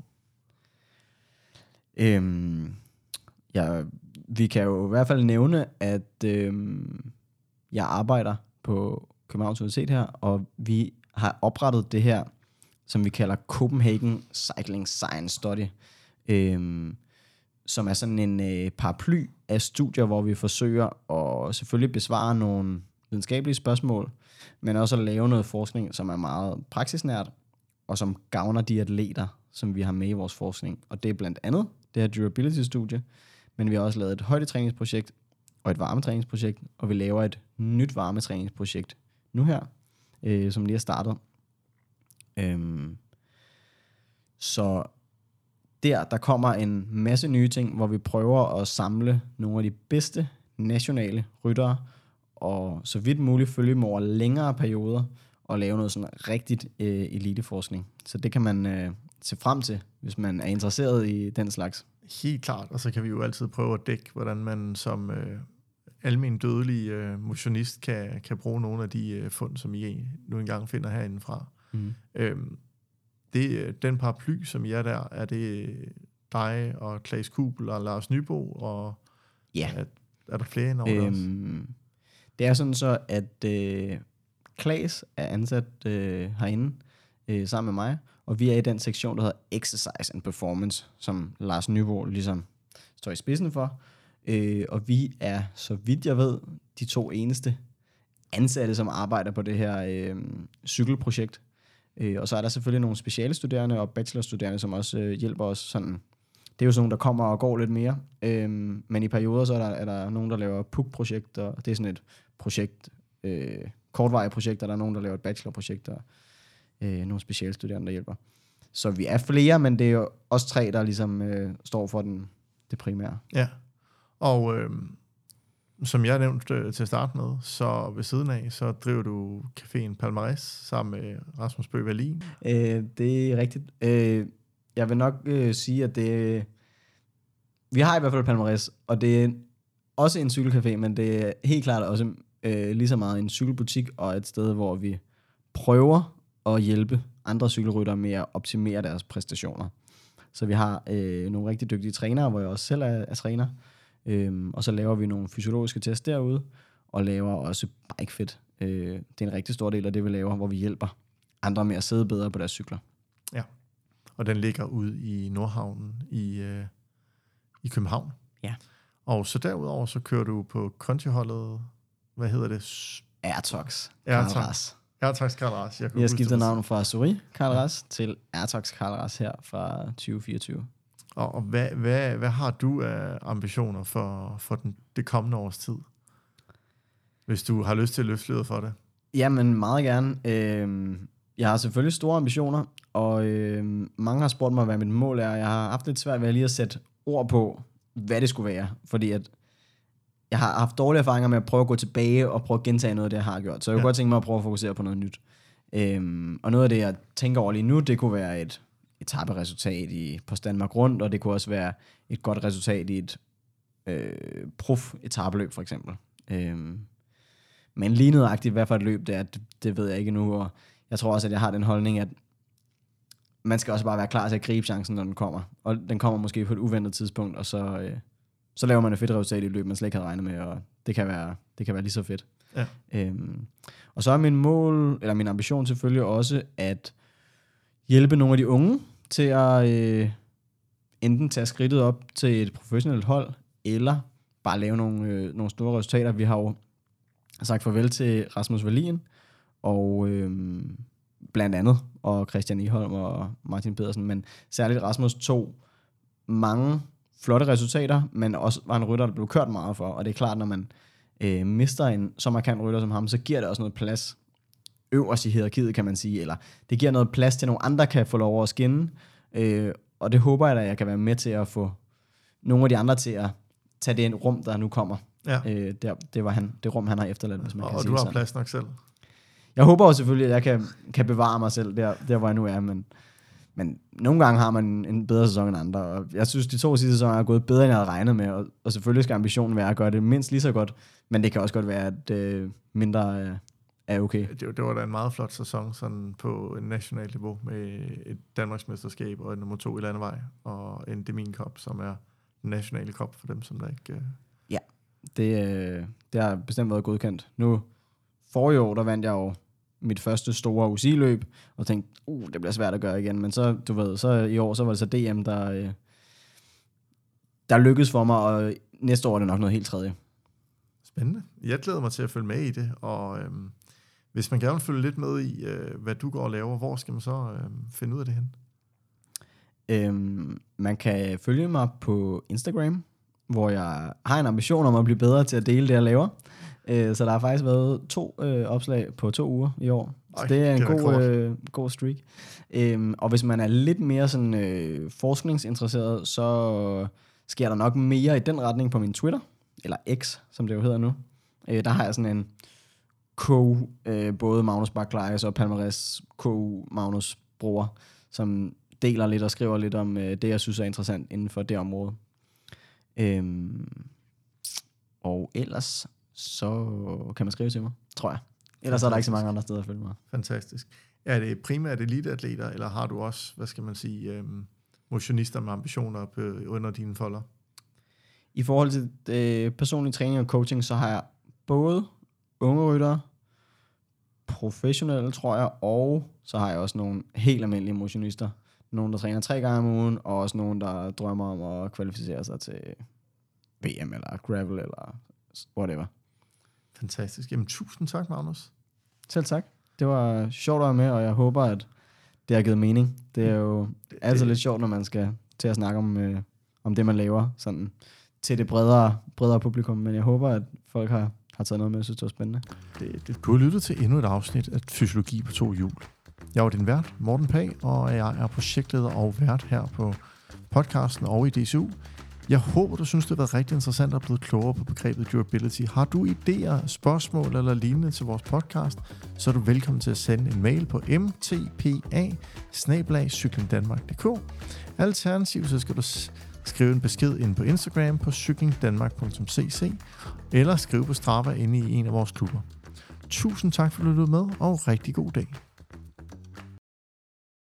Øhm, ja, vi kan jo i hvert fald nævne, at øhm, jeg arbejder på Københavns Universitet her, og vi har oprettet det her, som vi kalder Copenhagen Cycling Science Study, øhm, som er sådan en øh, paraply af studier, hvor vi forsøger at selvfølgelig besvare nogle videnskabelige spørgsmål, men også at lave noget forskning, som er meget praksisnært, og som gavner de atleter, som vi har med i vores forskning. Og det er blandt andet det her durability-studie, men vi har også lavet et højdetræningsprojekt og et varmetræningsprojekt, og vi laver et nyt varmetræningsprojekt nu her, øh, som lige er startet. Øhm, så der, der kommer en masse nye ting, hvor vi prøver at samle nogle af de bedste nationale ryttere, og så vidt muligt følge dem over længere perioder, og lave noget sådan rigtigt øh, eliteforskning. Så det kan man øh, se frem til, hvis man er interesseret i den slags. Helt klart, og så kan vi jo altid prøve at dække, hvordan man som øh, almen dødelig øh, motionist kan, kan bruge nogle af de øh, fund, som I nu engang finder herindefra. Mm. Øhm, det, den paraply, som I er der, er det dig og Claes Kubel og Lars Nybo, og ja. er, er der flere end over øhm, det er sådan så, at øh, Claes er ansat øh, herinde øh, sammen med mig, og vi er i den sektion, der hedder Exercise and Performance, som Lars Nybo ligesom står i spidsen for. Øh, og vi er, så vidt jeg ved, de to eneste ansatte, som arbejder på det her øh, cykelprojekt. Øh, og så er der selvfølgelig nogle specialestuderende og bachelorstuderende, som også øh, hjælper os sådan. Det er jo sådan nogle, der kommer og går lidt mere. Øh, men i perioder, så er der, er der nogen, der laver P U C-projekter. Det er sådan et projekt, øh, kortvarige projekter. Der er nogen, der laver et bachelorprojekt, og øh, nogle specialstuderende, der hjælper. Så vi er flere, men det er jo også tre, der ligesom øh, står for den, det primære. Ja, og øh, som jeg nævnte øh, til at starte med, så ved siden af, så driver du caféen Palmarès sammen med Rasmus Bøgh Wallin. Øh, det er rigtigt. Øh, jeg vil nok øh, sige, at det vi har i hvert fald Palmarès, og det er også en cykelcafé, men det er helt klart også øh, lige så meget en cykelbutik og et sted, hvor vi prøver at hjælpe andre cykelryttere med at optimere deres præstationer. Så vi har øh, nogle rigtig dygtige trænere, hvor jeg også selv er, er træner, øhm, og så laver vi nogle fysiologiske tests derude, og laver også bikefit. Øh, det er en rigtig stor del af det, vi laver, hvor vi hjælper andre med at sidde bedre på deres cykler. Ja, og den ligger ude i Nordhavnen i, øh, i København. Ja. Og så derudover, så kører du på countryholdet, hvad hedder det? Airtox. Airtox. Airtox Carl Ras. Jeg har skiftet navn fra Suri Carl Ras ja. til Airtox Carl Ras her fra tyve fireogtyve. Og, og hvad, hvad, hvad har du af ambitioner for, for den, det kommende års tid? Hvis du har lyst til at løfte sløret for det. Jamen, meget gerne. Øh, jeg har selvfølgelig store ambitioner, og øh, mange har spurgt mig, hvad mit mål er. Jeg har haft lidt svært ved lige at sætte ord på, hvad det skulle være. Fordi at jeg har haft dårlige erfaringer med at prøve at gå tilbage og prøve at gentage noget af det, jeg har gjort. Så jeg kunne ja. godt tænke mig at prøve at fokusere på noget nyt. Øhm, og noget af det, jeg tænker over lige nu, det kunne være et etaperesultat i på Danmark Rundt, og det kunne også være et godt resultat i et øh, prof-etabeløb for eksempel. Øhm, men lige nøjagtigt, hvad for et løb det er, det, det ved jeg ikke nu. Og jeg tror også, at jeg har den holdning, at man skal også bare være klar til at gribe chancen, når den kommer. Og den kommer måske på et uventet tidspunkt, og så... Øh, så laver man et fedt resultat i et løb, man slet ikke havde regnet med, og det kan være, det kan være lige så fedt. Ja. Øhm, og så er min mål, eller min ambition selvfølgelig også, at hjælpe nogle af de unge til at øh, enten tage skridtet op til et professionelt hold, eller bare lave nogle, øh, nogle store resultater. Vi har jo sagt farvel til Rasmus Wallin, og øh, blandt andet, og Christian Iholm og Martin Pedersen, men særligt Rasmus tog mange flotte resultater, men også var en rytter, der blev kørt meget for, og det er klart, når man øh, mister en så markant rytter som ham, så giver det også noget plads øverst i hierarkiet, kan man sige, eller det giver noget plads til, at nogle andre kan få lov at skinne, øh, og det håber jeg, at jeg kan være med til at få nogle af de andre til at tage det rum, der nu kommer. Ja. Øh, der, det var han, det rum, han har efterladt, hvis man og kan og sige du har sådan. plads nok selv. Jeg håber også selvfølgelig, at jeg kan, kan bevare mig selv der, der, hvor jeg nu er, men Men nogle gange har man en bedre sæson end andre, og jeg synes, de to sidste sæsoner er gået bedre, end jeg havde regnet med, og, og selvfølgelig skal ambitionen være at gøre det mindst lige så godt, men det kan også godt være, at øh, mindre er, er okay. Det, det var da en meget flot sæson sådan på en national niveau, med et Danmarksmesterskab og en nummer to i landevej, og en Demin Cup, som er den nationale cup for dem, som der ikke... Øh... Ja, det, øh, det har bestemt været godkendt. Nu, forrige år, der vandt jeg jo mit første store U C I-løb, og tænkte, uh, det bliver svært at gøre igen, men så, du ved, så i år, så var det så D M, der, øh, der lykkedes for mig, og næste år er det nok noget helt tredje. Spændende. Jeg glæder mig til at følge med i det, og øhm, hvis man gerne vil følge lidt med i, øh, hvad du går og laver, hvor skal man så øh, finde ud af det hen? Øhm, man kan følge mig på Instagram, hvor jeg har en ambition om at blive bedre til at dele det, jeg laver. Så der har faktisk været to øh, opslag på to uger i år. Så Ej, det er en det er god, øh, god streak. Øhm, og hvis man er lidt mere sådan, øh, forskningsinteresseret, så sker der nok mere i den retning på min Twitter, eller X, som det jo hedder nu. Øh, der har jeg sådan en co, øh, både Magnus Bak-Leis og Palmarès co Magnus Broer, som deler lidt og skriver lidt om øh, det, jeg synes er interessant inden for det område. Øhm, og ellers så kan man skrive til mig, tror jeg. Ellers er der ikke så mange andre steder at følge mig. Fantastisk. Er det primært eliteatleter, eller har du også, hvad skal man sige, øhm, motionister med ambitioner på, under dine folder? I forhold til øh, personlig træning og coaching, så har jeg både unge ryttere, professionelle, tror jeg, og så har jeg også nogle helt almindelige motionister. Nogle, der træner tre gange om ugen, og også nogle, der drømmer om at kvalificere sig til B M eller gravel eller whatever. Fantastisk. Jamen, tusind tak, Magnus. Selv tak. Det var sjovt at være med, og jeg håber, at det har givet mening. Det er jo det, altid det, lidt sjovt, når man skal til at snakke om, øh, om det, man laver, sådan til det bredere, bredere publikum. Men jeg håber, at folk har, har taget noget med, jeg synes, det var spændende. Det, det. Du har lyttet til endnu et afsnit af Fysiologi på to hjul. Jeg var din vært, Morten Pag, og jeg er projektleder og vært her på podcasten og i D S U. Jeg håber, du synes, det har været rigtig interessant at blive klogere på begrebet durability. Har du idéer, spørgsmål eller lignende til vores podcast, så er du velkommen til at sende en mail på m t p a bindestreg cykling danmark punktum d k. Alternativt så skal du skrive en besked ind på Instagram på cykling danmark punktum c c eller skrive på Strava inde i en af vores klubber. Tusind tak for at du lyttede med, og rigtig god dag.